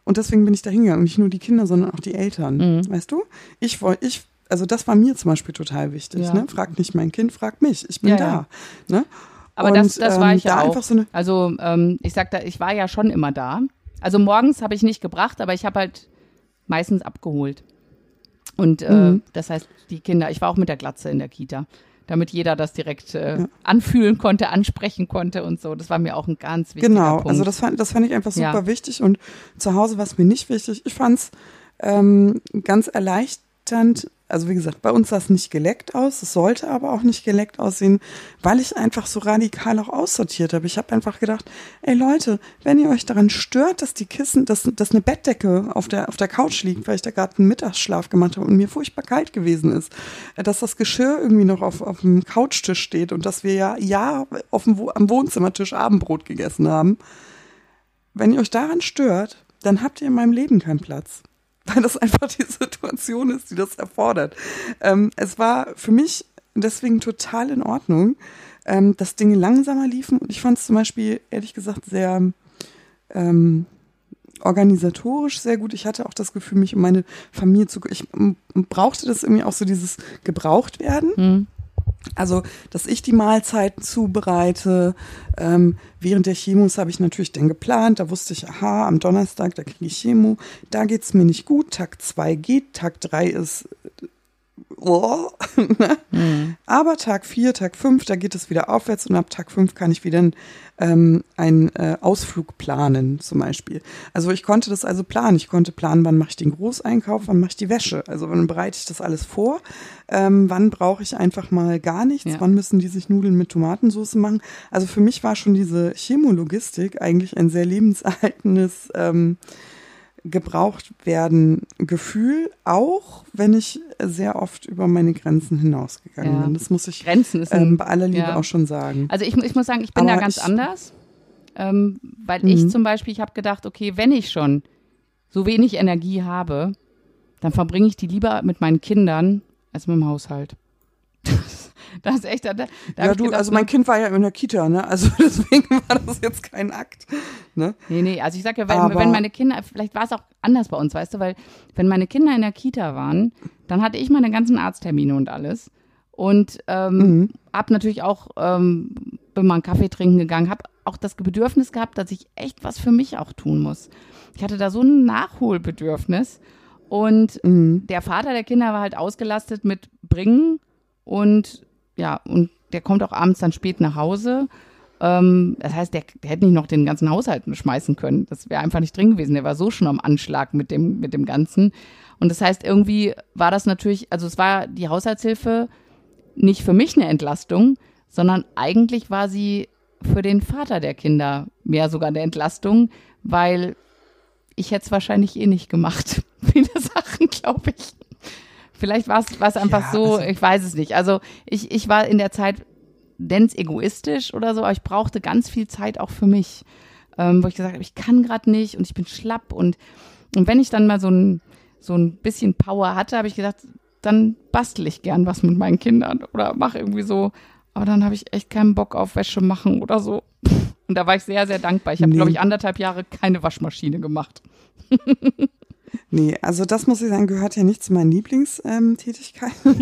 Und deswegen bin ich da hingegangen. Und nicht nur die Kinder, sondern auch die Eltern. Weißt du? Also das war mir zum Beispiel total wichtig. Ja. Ne? Fragt nicht mein Kind, fragt mich. Ich bin da. Ne? Aber und, das war ich ja auch. Einfach so also ich war ja schon immer da. Also morgens habe ich nicht gebracht, aber ich habe halt meistens abgeholt. Und das heißt, die Kinder, ich war auch mit der Glatze in der Kita, damit jeder das direkt anfühlen konnte, ansprechen konnte und so. Das war mir auch ein ganz wichtiger Punkt. Genau, also das fand ich einfach super wichtig. Und zu Hause war es mir nicht wichtig. Ich fand es ganz erleichternd. Also wie gesagt, bei uns sah es nicht geleckt aus. Es sollte aber auch nicht geleckt aussehen, weil ich einfach so radikal auch aussortiert habe. Ich habe einfach gedacht, ey Leute, wenn ihr euch daran stört, dass die Kissen, dass eine Bettdecke auf der Couch liegt, weil ich da gerade einen Mittagsschlaf gemacht habe und mir furchtbar kalt gewesen ist, dass das Geschirr irgendwie noch auf dem Couchtisch steht und dass wir ja am Wohnzimmertisch Abendbrot gegessen haben. Wenn ihr euch daran stört, dann habt ihr in meinem Leben keinen Platz. Weil das einfach die Situation ist, die das erfordert. Es war für mich deswegen total in Ordnung, dass Dinge langsamer liefen. Und ich fand es zum Beispiel, ehrlich gesagt, sehr organisatorisch sehr gut. Ich hatte auch das Gefühl, mich um meine Familie ich brauchte das irgendwie auch so dieses gebraucht werden. Also, dass ich die Mahlzeiten zubereite. Während der Chemos habe ich natürlich dann geplant. Da wusste ich, aha, am Donnerstag, da kriege ich Chemo. Da geht es mir nicht gut. Tag 2 geht, Tag 3 ist aber Tag 4, Tag 5, da geht es wieder aufwärts und ab Tag 5 kann ich wieder einen Ausflug planen zum Beispiel. Also ich konnte das also planen. Ich konnte planen, wann mache ich den Großeinkauf, wann mache ich die Wäsche. Also wann bereite ich das alles vor, wann brauche ich einfach mal gar nichts, wann müssen die sich Nudeln mit Tomatensauce machen. Also für mich war schon diese Chemologistik eigentlich ein sehr lebenserhaltendes gebraucht werden Gefühl, auch wenn ich sehr oft über meine Grenzen hinausgegangen bin. Das muss ich bei aller Liebe auch schon sagen. Also ich muss sagen, ich bin da ganz anders, weil ich zum Beispiel, ich habe gedacht, okay, wenn ich schon so wenig Energie habe, dann verbringe ich die lieber mit meinen Kindern als mit dem Haushalt. Das ist echt, also mein Kind war ja in der Kita, ne? Also deswegen war das jetzt kein Akt. Ne? Nee, also ich sag ja, wenn meine Kinder, vielleicht war es auch anders bei uns, weißt du, weil wenn meine Kinder in der Kita waren, dann hatte ich meine ganzen Arzttermine und alles und hab natürlich auch, bin mal einen Kaffee trinken gegangen, hab auch das Bedürfnis gehabt, dass ich echt was für mich auch tun muss. Ich hatte da so ein Nachholbedürfnis und der Vater der Kinder war halt ausgelastet mit Bringen und der kommt auch abends dann spät nach Hause. Das heißt, der hätte nicht noch den ganzen Haushalt schmeißen können. Das wäre einfach nicht drin gewesen. Der war so schon am Anschlag mit dem Ganzen. Und das heißt, irgendwie war das natürlich, also es war die Haushaltshilfe nicht für mich eine Entlastung, sondern eigentlich war sie für den Vater der Kinder mehr sogar eine Entlastung, weil ich hätte es wahrscheinlich eh nicht gemacht. Viele Sachen, glaube ich. Vielleicht war es einfach so, ich weiß es nicht. Also ich war in der Zeit, nenn's egoistisch oder so, aber ich brauchte ganz viel Zeit auch für mich, wo ich gesagt habe, ich kann gerade nicht und ich bin schlapp und wenn ich dann mal so ein bisschen Power hatte, habe ich gesagt, dann bastel ich gern was mit meinen Kindern oder mache irgendwie so, aber dann habe ich echt keinen Bock auf Wäsche machen oder so. Und da war ich sehr, sehr dankbar. Ich habe, glaube ich, 1,5 Jahre keine Waschmaschine gemacht. Nee, also das muss ich sagen, gehört ja nicht zu meinen Lieblingstätigkeiten.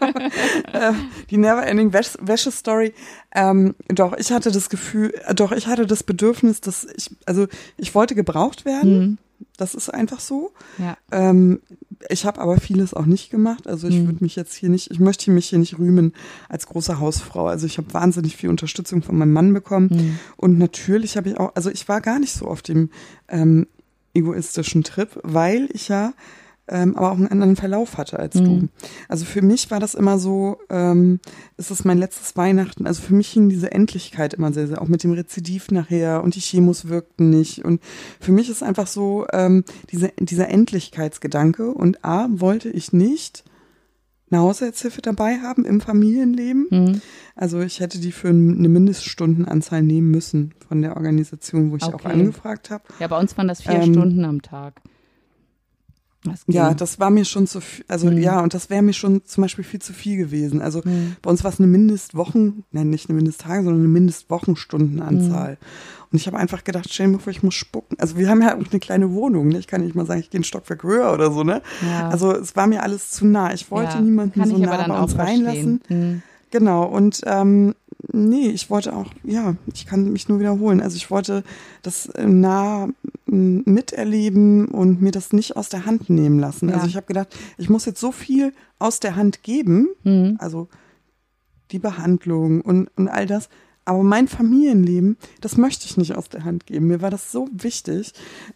Die Never-Ending Wäsche-Story. Ich hatte das Bedürfnis, dass ich wollte gebraucht werden. Das ist einfach so. Ja. Ich habe aber vieles auch nicht gemacht. Also ich möchte mich hier nicht rühmen als große Hausfrau. Also ich habe wahnsinnig viel Unterstützung von meinem Mann bekommen. Und natürlich habe ich auch, also ich war gar nicht so auf dem egoistischen Trip, weil ich ja aber auch einen anderen Verlauf hatte als du. Also für mich war das immer so, es ist mein letztes Weihnachten, also für mich hing diese Endlichkeit immer sehr, sehr, auch mit dem Rezidiv nachher und die Chemos wirkten nicht und für mich ist einfach so dieser Endlichkeitsgedanke und wollte ich nicht eine Haushaltshilfe dabei haben im Familienleben. Also ich hätte die für eine Mindeststundenanzahl nehmen müssen von der Organisation, wo ich auch angefragt habe. Ja, bei uns waren das 4 Stunden am Tag. Ja, das war mir schon zu viel, also und das wäre mir schon zum Beispiel viel zu viel gewesen. Also bei uns war es eine nicht eine Mindesttage, sondern eine Mindestwochenstundenanzahl. Und ich habe einfach gedacht, stell dir mal vor, ich muss spucken. Also wir haben ja auch eine kleine Wohnung, ne? Ich kann nicht mal sagen, ich gehe ein Stockwerk höher oder so, ne? Ja. Also es war mir alles zu nah. Ich wollte niemanden so nah bei uns reinlassen. Genau, und ich wollte auch, ich kann mich nur wiederholen. Also ich wollte das nah miterleben und mir das nicht aus der Hand nehmen lassen. Ja. Also ich habe gedacht, ich muss jetzt so viel aus der Hand geben, also die Behandlung und all das. Aber mein Familienleben, das möchte ich nicht aus der Hand geben. Mir war das so wichtig.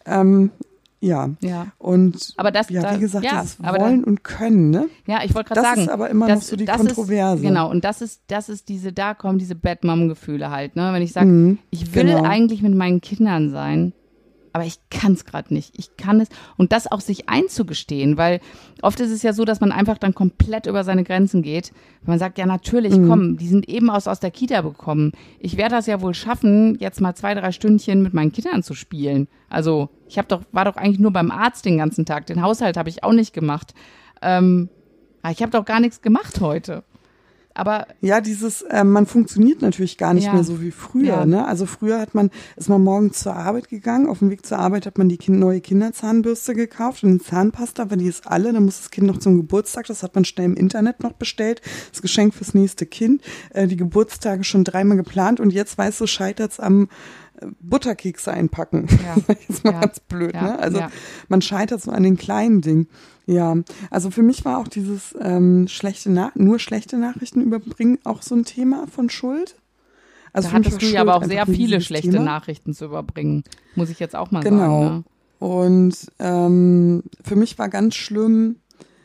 Und aber das, wie gesagt, dieses Wollen und Können, ne? Ja, ich wollte gerade sagen. Das ist aber immer noch so die Kontroverse. Genau, und das ist da kommen diese Bad Mom-Gefühle halt, ne? Wenn ich sage, ich will eigentlich mit meinen Kindern sein, aber ich kann es gerade nicht. Ich kann es. Und das auch sich einzugestehen, weil oft ist es ja so, dass man einfach dann komplett über seine Grenzen geht. Wenn man sagt, ja natürlich, komm, die sind eben aus der Kita bekommen. Ich werde das ja wohl schaffen, jetzt mal 2-3 Stündchen mit meinen Kindern zu spielen. Also ich war doch eigentlich nur beim Arzt den ganzen Tag. Den Haushalt habe ich auch nicht gemacht. Ich habe doch gar nichts gemacht heute. Aber ja, man funktioniert natürlich gar nicht mehr so wie früher, ne? Also früher ist man morgens zur Arbeit gegangen, auf dem Weg zur Arbeit hat man die neue Kinderzahnbürste gekauft und die Zahnpasta, weil die ist alle, dann muss das Kind noch zum Geburtstag, das hat man schnell im Internet noch bestellt, das Geschenk fürs nächste Kind, die Geburtstage schon 3-mal geplant und jetzt, weißt du, scheitert's am Butterkekse einpacken. Ja. Jetzt mal ganz blöd, ne? Also man scheitert so an den kleinen Dingen. Ja, also für mich war auch dieses nur schlechte Nachrichten überbringen auch so ein Thema von Schuld. Also da hattest du ja aber auch sehr viele schlechte Nachrichten zu überbringen, muss ich jetzt auch mal sagen. Ne? Und für mich war ganz schlimm,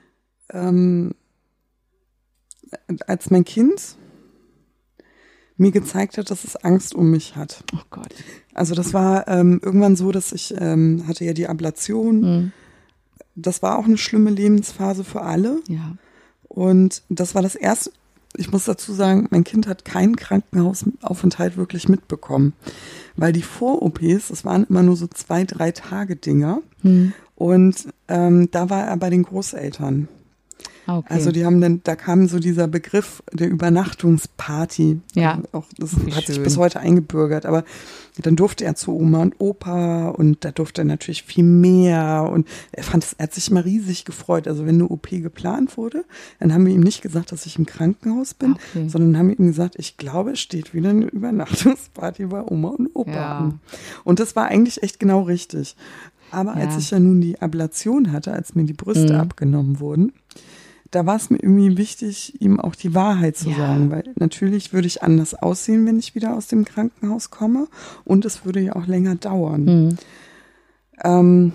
als mein Kind mir gezeigt hat, dass es Angst um mich hat. Oh Gott. Also das war irgendwann so, dass ich hatte ja die Ablation. Das war auch eine schlimme Lebensphase für alle. Ja. Und das war das erste, ich muss dazu sagen, mein Kind hat keinen Krankenhausaufenthalt wirklich mitbekommen. Weil die Vor-OPs, das waren immer nur so 2-3 Tage Dinger. Und da war er bei den Großeltern. Okay. Also da kam so dieser Begriff der Übernachtungsparty. Ja. Auch, das hat sich bis heute eingebürgert. Aber dann durfte er zu Oma und Opa und da durfte er natürlich viel mehr. Und er hat sich immer riesig gefreut. Also wenn eine OP geplant wurde, dann haben wir ihm nicht gesagt, dass ich im Krankenhaus bin, sondern haben ihm gesagt, ich glaube, es steht wieder eine Übernachtungsparty bei Oma und Opa an. Und das war eigentlich echt genau richtig. Aber als ich ja nun die Ablation hatte, als mir die Brüste abgenommen wurden, da war es mir irgendwie wichtig, ihm auch die Wahrheit zu sagen, weil natürlich würde ich anders aussehen, wenn ich wieder aus dem Krankenhaus komme und es würde ja auch länger dauern. Und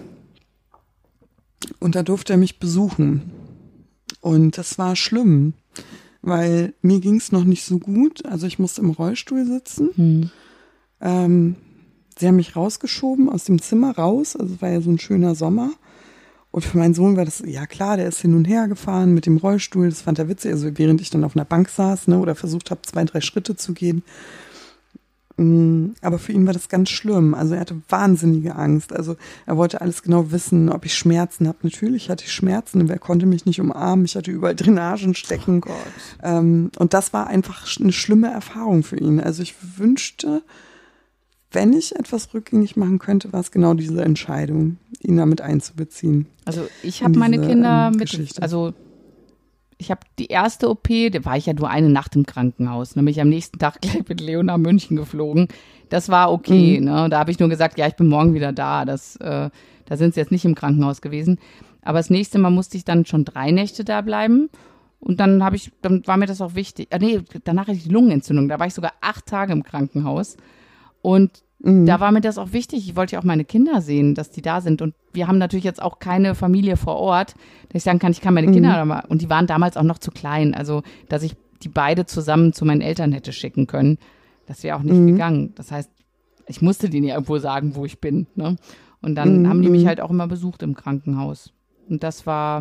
da durfte er mich besuchen und das war schlimm, weil mir ging es noch nicht so gut, also ich musste im Rollstuhl sitzen. Sie haben mich rausgeschoben aus dem Zimmer raus, also es war ja so ein schöner Sommer. Und für meinen Sohn war das, ja klar, der ist hin und her gefahren mit dem Rollstuhl, das fand er witzig, also während ich dann auf einer Bank saß, ne, oder versucht habe, 2-3 Schritte zu gehen. Aber für ihn war das ganz schlimm, also er hatte wahnsinnige Angst, also er wollte alles genau wissen, ob ich Schmerzen habe. Natürlich hatte ich Schmerzen, aber er konnte mich nicht umarmen, ich hatte überall Drainagen stecken. Oh Gott. Und das war einfach eine schlimme Erfahrung für ihn. Also ich wünschte, wenn ich etwas rückgängig machen könnte, war es genau diese Entscheidung, ihn damit einzubeziehen. Also ich habe meine Kinder ich habe die erste OP, da war ich ja nur eine Nacht im Krankenhaus. Dann bin ich am nächsten Tag gleich mit Leo nach München geflogen. Das war okay, ne? Da habe ich nur gesagt, ja, ich bin morgen wieder da. Da sind sie jetzt nicht im Krankenhaus gewesen. Aber das nächste Mal musste ich dann schon 3 Nächte da bleiben. Und dann war mir das auch wichtig. Danach hatte ich die Lungenentzündung. Da war ich sogar 8 Tage im Krankenhaus. Und da war mir das auch wichtig. Ich wollte ja auch meine Kinder sehen, dass die da sind. Und wir haben natürlich jetzt auch keine Familie vor Ort, dass ich sagen kann, ich kann meine Kinder da mal. Und die waren damals auch noch zu klein. Also, dass ich die beide zusammen zu meinen Eltern hätte schicken können. Das wäre auch nicht gegangen. Das heißt, ich musste denen ja irgendwo sagen, wo ich bin. Ne? Und dann haben die mich halt auch immer besucht im Krankenhaus. Und das war,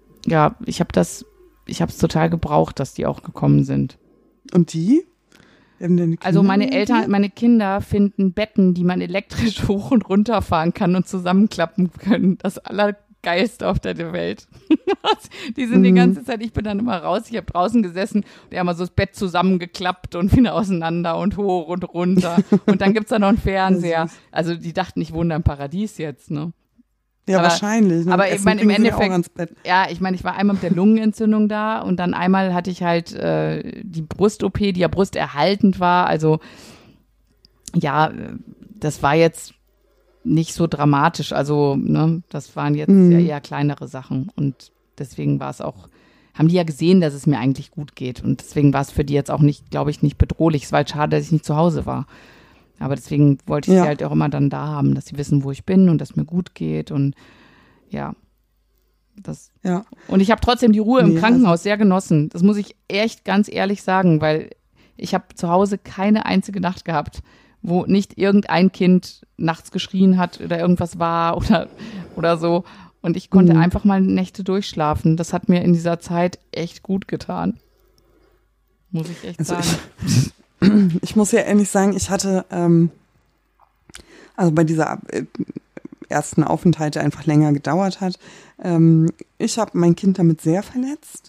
ich habe es total gebraucht, dass die auch gekommen sind. Und die? Also meine Eltern, meine Kinder finden Betten, die man elektrisch hoch und runter fahren kann und zusammenklappen können. Das Allergeilste auf der Welt. Die sind die ganze Zeit, ich bin dann immer raus, ich habe draußen gesessen, die haben mal so das Bett zusammengeklappt und wieder auseinander und hoch und runter. Und dann gibt's da noch einen Fernseher. Also die dachten, ich wohne da im Paradies jetzt, ne? Ja, aber, wahrscheinlich. Ne? Aber ich meine, im Endeffekt, ja, ich meine, ich war einmal mit der Lungenentzündung da und dann einmal hatte ich halt die Brust-OP, die ja brusterhaltend war. Also ja, das war jetzt nicht so dramatisch. Also ne, das waren jetzt ja eher kleinere Sachen und deswegen war es auch, haben die ja gesehen, dass es mir eigentlich gut geht und deswegen war es für die jetzt auch nicht, glaube ich, nicht bedrohlich. Es war halt schade, dass ich nicht zu Hause war. Aber deswegen wollte ich sie halt auch immer dann da haben, dass sie wissen, wo ich bin und dass mir gut geht und ja. Und ich habe trotzdem die Ruhe im Krankenhaus sehr genossen. Das muss ich echt ganz ehrlich sagen, weil ich habe zu Hause keine einzige Nacht gehabt, wo nicht irgendein Kind nachts geschrien hat oder irgendwas war oder so. Und ich konnte einfach mal Nächte durchschlafen. Das hat mir in dieser Zeit echt gut getan. Muss ich echt sagen. Ich muss ja ehrlich sagen, ich hatte, also bei dieser ersten Aufenthalt, der einfach länger gedauert hat, ich habe mein Kind damit sehr verletzt.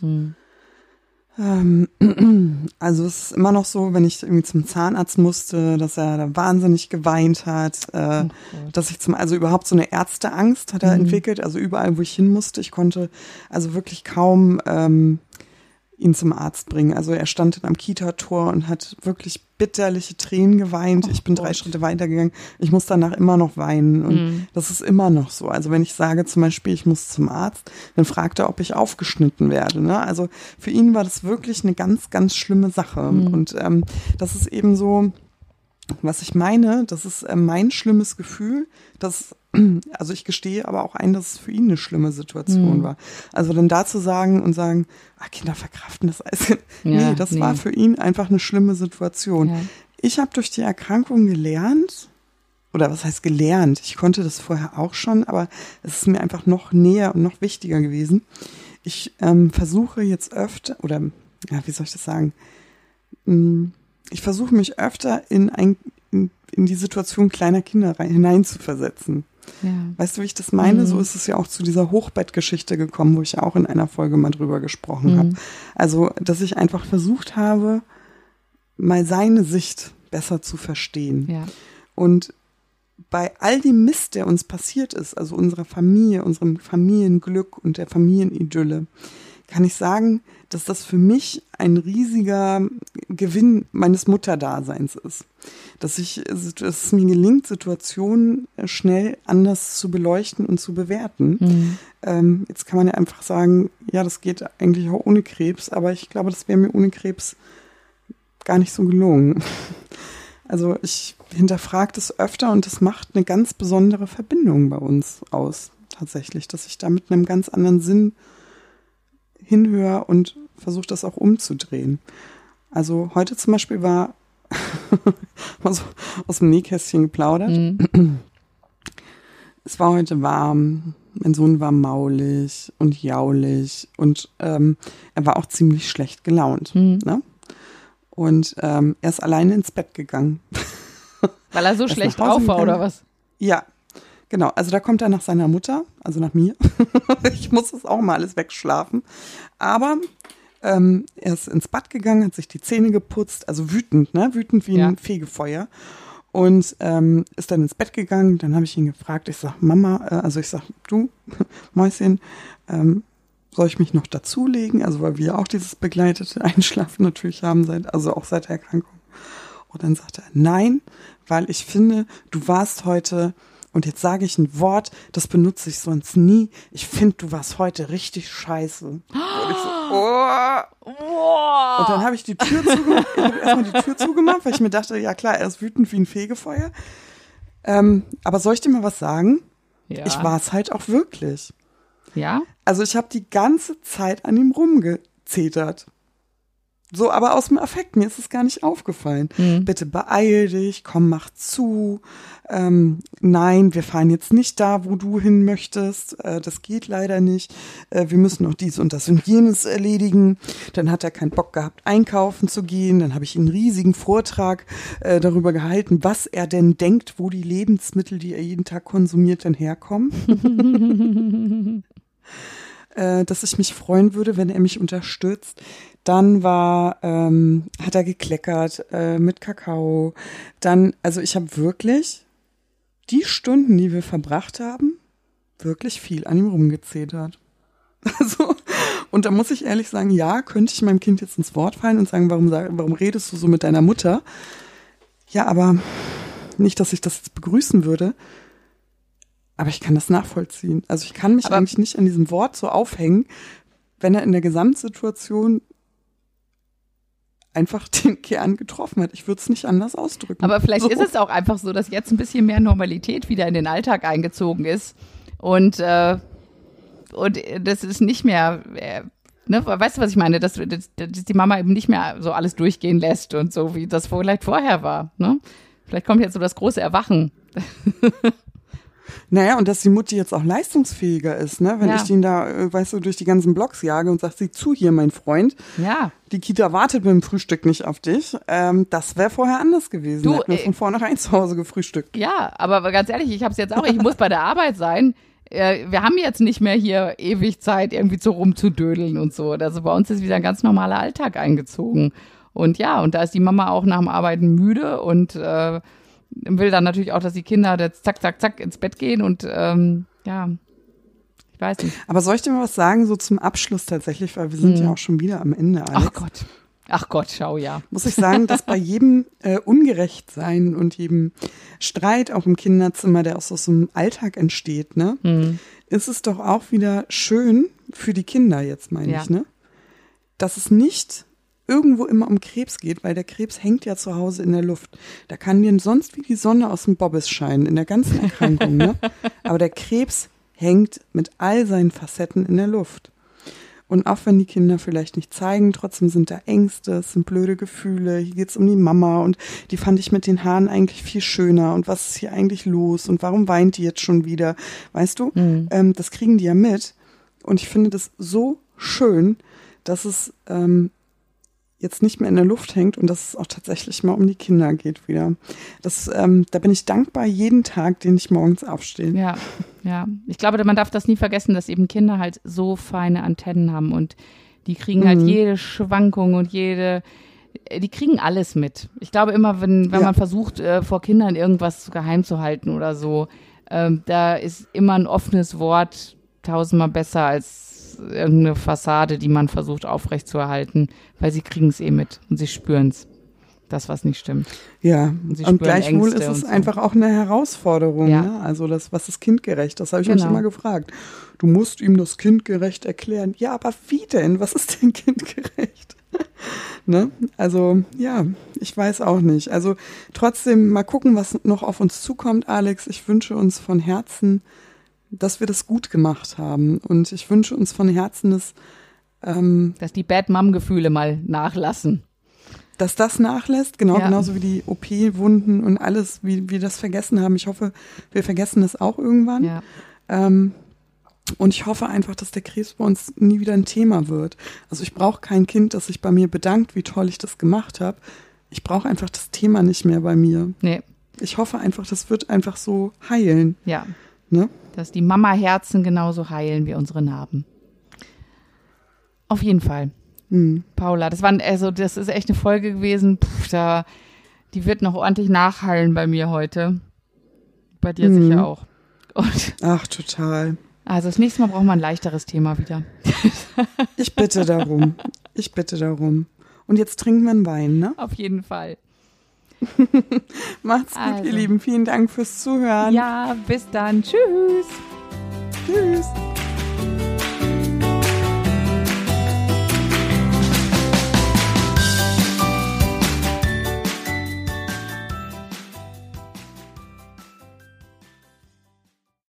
Also es ist immer noch so, wenn ich irgendwie zum Zahnarzt musste, dass er da wahnsinnig geweint hat, dass ich also überhaupt so eine Ärzteangst hat er entwickelt, also überall, wo ich hin musste, ich konnte also wirklich kaum ihn zum Arzt bringen. Also er stand dann am Kita-Tor und hat wirklich bitterliche Tränen geweint. Ich bin 3 Schritte weitergegangen. Ich muss danach immer noch weinen. Und das ist immer noch so. Also wenn ich sage zum Beispiel, ich muss zum Arzt, dann fragt er, ob ich aufgeschnitten werde. Ne? Also für ihn war das wirklich eine ganz, ganz schlimme Sache. Und das ist eben so, was ich meine, das ist mein schlimmes Gefühl, also ich gestehe aber auch ein, dass es für ihn eine schlimme Situation war. Also dann da zu sagen, Kinder verkraften das alles. Nee, das war für ihn einfach eine schlimme Situation. Ja. Ich habe durch die Erkrankung gelernt, oder was heißt gelernt? Ich konnte das vorher auch schon, aber es ist mir einfach noch näher und noch wichtiger gewesen. Ich versuche jetzt öfter, oder ja, wie soll ich das sagen? Ich versuche mich öfter in die Situation kleiner Kinder hineinzuversetzen. Ja. Weißt du, wie ich das meine? So ist es ja auch zu dieser Hochbettgeschichte gekommen, wo ich ja auch in einer Folge mal drüber gesprochen habe. Also, dass ich einfach versucht habe, mal seine Sicht besser zu verstehen. Ja. Und bei all dem Mist, der uns passiert ist, also unserer Familie, unserem Familienglück und der Familienidylle, kann ich sagen, dass das für mich ein riesiger Gewinn meines Mutterdaseins ist. Dass es mir gelingt, Situationen schnell anders zu beleuchten und zu bewerten. Jetzt kann man ja einfach sagen, ja, das geht eigentlich auch ohne Krebs, aber ich glaube, das wäre mir ohne Krebs gar nicht so gelungen. Also ich hinterfrage das öfter und das macht eine ganz besondere Verbindung bei uns aus, tatsächlich, dass ich da mit einem ganz anderen Sinn hinhöre und versuche das auch umzudrehen. Also heute zum Beispiel war so aus dem Nähkästchen geplaudert. Es war heute warm, mein Sohn war maulig und jaulig und er war auch ziemlich schlecht gelaunt. Ne? Und er ist alleine ins Bett gegangen. Weil er so schlecht drauf war, oder was? Ja, genau. Also da kommt er nach seiner Mutter, also nach mir. Ich muss das auch mal alles wegschlafen. Aber er ist ins Bad gegangen, hat sich die Zähne geputzt, also wütend, ne? Wütend wie ein Fegefeuer. Und ist dann ins Bett gegangen. Dann habe ich ihn gefragt, ich sag, Mama, du, Mäuschen, soll ich mich noch dazulegen? Also weil wir auch dieses begleitete Einschlafen natürlich haben, seit der Erkrankung. Und dann sagte er, nein, weil ich finde, du warst heute, und jetzt sage ich ein Wort, das benutze ich sonst nie, ich finde, du warst heute richtig scheiße. Und ich so, Und dann habe ich die Tür zugemacht, weil ich mir dachte, ja klar, er ist wütend wie ein Fegefeuer. Aber soll ich dir mal was sagen? Ja. Ich war es halt auch wirklich. Ja? Also ich habe die ganze Zeit an ihm rumgezetert. So, aber aus dem Affekt, mir ist es gar nicht aufgefallen. Bitte beeil dich, komm, mach zu. Nein, wir fahren jetzt nicht da, wo du hin möchtest. Das geht leider nicht. Wir müssen noch dies und das und jenes erledigen. Dann hat er keinen Bock gehabt, einkaufen zu gehen. Dann habe ich einen riesigen Vortrag darüber gehalten, was er denn denkt, wo die Lebensmittel, die er jeden Tag konsumiert, denn herkommen. Dass ich mich freuen würde, wenn er mich unterstützt. Dann hat er gekleckert mit Kakao. Dann, also ich habe wirklich die Stunden, die wir verbracht haben, wirklich viel an ihm rumgezetert. Also, und da muss ich ehrlich sagen, ja, könnte ich meinem Kind jetzt ins Wort fallen und sagen, warum redest du so mit deiner Mutter? Ja, aber nicht, dass ich das jetzt begrüßen würde. Aber ich kann das nachvollziehen. Also ich kann mich eigentlich nicht an diesem Wort so aufhängen, wenn er in der Gesamtsituation einfach den Kern getroffen hat. Ich würde es nicht anders ausdrücken. Aber vielleicht ist es auch einfach so, dass jetzt ein bisschen mehr Normalität wieder in den Alltag eingezogen ist. Und das ist nicht mehr, ne, weißt du, was ich meine? Dass die Mama eben nicht mehr so alles durchgehen lässt und so, wie das vielleicht vorher war. Ne? Vielleicht kommt jetzt so das große Erwachen. Naja, und dass die Mutti jetzt auch leistungsfähiger ist, ne? Wenn ich den da, weißt du, durch die ganzen Blogs jage und sag, sieh zu hier, mein Freund. Ja. Die Kita wartet mit dem Frühstück nicht auf dich. Das wäre vorher anders gewesen. Du hätten wir von vornherein zu Hause gefrühstückt. Ja, aber ganz ehrlich, ich habe es jetzt auch, ich muss bei der Arbeit sein. Wir haben jetzt nicht mehr hier ewig Zeit, irgendwie so rumzudödeln und so. Also bei uns ist wieder ein ganz normaler Alltag eingezogen. Und ja, und da ist die Mama auch nach dem Arbeiten müde und will dann natürlich auch, dass die Kinder jetzt zack, zack, zack ins Bett gehen und ja, ich weiß nicht. Aber soll ich dir mal was sagen, so zum Abschluss tatsächlich, weil wir sind ja auch schon wieder am Ende, Alex. Ach Gott, schau, ja. Muss ich sagen, dass bei jedem Ungerechtsein und jedem Streit auch im Kinderzimmer, der aus so einem Alltag entsteht, ne, ist es doch auch wieder schön für die Kinder jetzt, meine ich, ne, dass es nicht irgendwo immer um Krebs geht, weil der Krebs hängt ja zu Hause in der Luft. Da kann dir sonst wie die Sonne aus dem Bobbes scheinen, in der ganzen Erkrankung, ne? Aber der Krebs hängt mit all seinen Facetten in der Luft. Und auch wenn die Kinder vielleicht nicht zeigen, trotzdem sind da Ängste, es sind blöde Gefühle, hier geht's um die Mama und die fand ich mit den Haaren eigentlich viel schöner und was ist hier eigentlich los und warum weint die jetzt schon wieder, weißt du? Das kriegen die ja mit und ich finde das so schön, dass es jetzt nicht mehr in der Luft hängt und dass es auch tatsächlich mal um die Kinder geht wieder. Da bin ich dankbar jeden Tag, den ich morgens aufstehe. Ja. Ich glaube, man darf das nie vergessen, dass eben Kinder halt so feine Antennen haben und die kriegen halt jede Schwankung und die kriegen alles mit. Ich glaube immer, wenn man versucht, vor Kindern irgendwas geheim zu halten oder so, da ist immer ein offenes Wort tausendmal besser als irgendeine Fassade, die man versucht aufrechtzuerhalten, weil sie kriegen es mit und sie spüren es, das, was nicht stimmt. Ja, und gleichwohl ist es einfach auch eine Herausforderung. Ja. Ne? Also was ist kindgerecht? Das habe ich mich immer gefragt. Du musst ihm das kindgerecht erklären. Ja, aber wie denn? Was ist denn kindgerecht? Ne? Also ja, ich weiß auch nicht. Also trotzdem mal gucken, was noch auf uns zukommt, Alex. Ich wünsche uns von Herzen, dass wir das gut gemacht haben. Und ich wünsche uns von Herzen, dass die Bad-Mom-Gefühle mal nachlassen. Dass das nachlässt, genauso wie die OP-Wunden und alles, wie wir das vergessen haben. Ich hoffe, wir vergessen das auch irgendwann. Ja. Und ich hoffe einfach, dass der Krebs bei uns nie wieder ein Thema wird. Also ich brauche kein Kind, das sich bei mir bedankt, wie toll ich das gemacht habe. Ich brauche einfach das Thema nicht mehr bei mir. Nee. Ich hoffe einfach, das wird einfach so heilen. Ja. Ne? Dass die Mama-Herzen genauso heilen wie unsere Narben. Auf jeden Fall. Paula, das ist echt eine Folge gewesen. Die wird noch ordentlich nachhallen bei mir heute. Bei dir sicher auch. Ach, total. Also das nächste Mal brauchen wir ein leichteres Thema wieder. Ich bitte darum. Und jetzt trinken wir einen Wein, ne? Auf jeden Fall. Macht's gut, ihr Lieben. Vielen Dank fürs Zuhören. Ja, bis dann. Tschüss. Tschüss.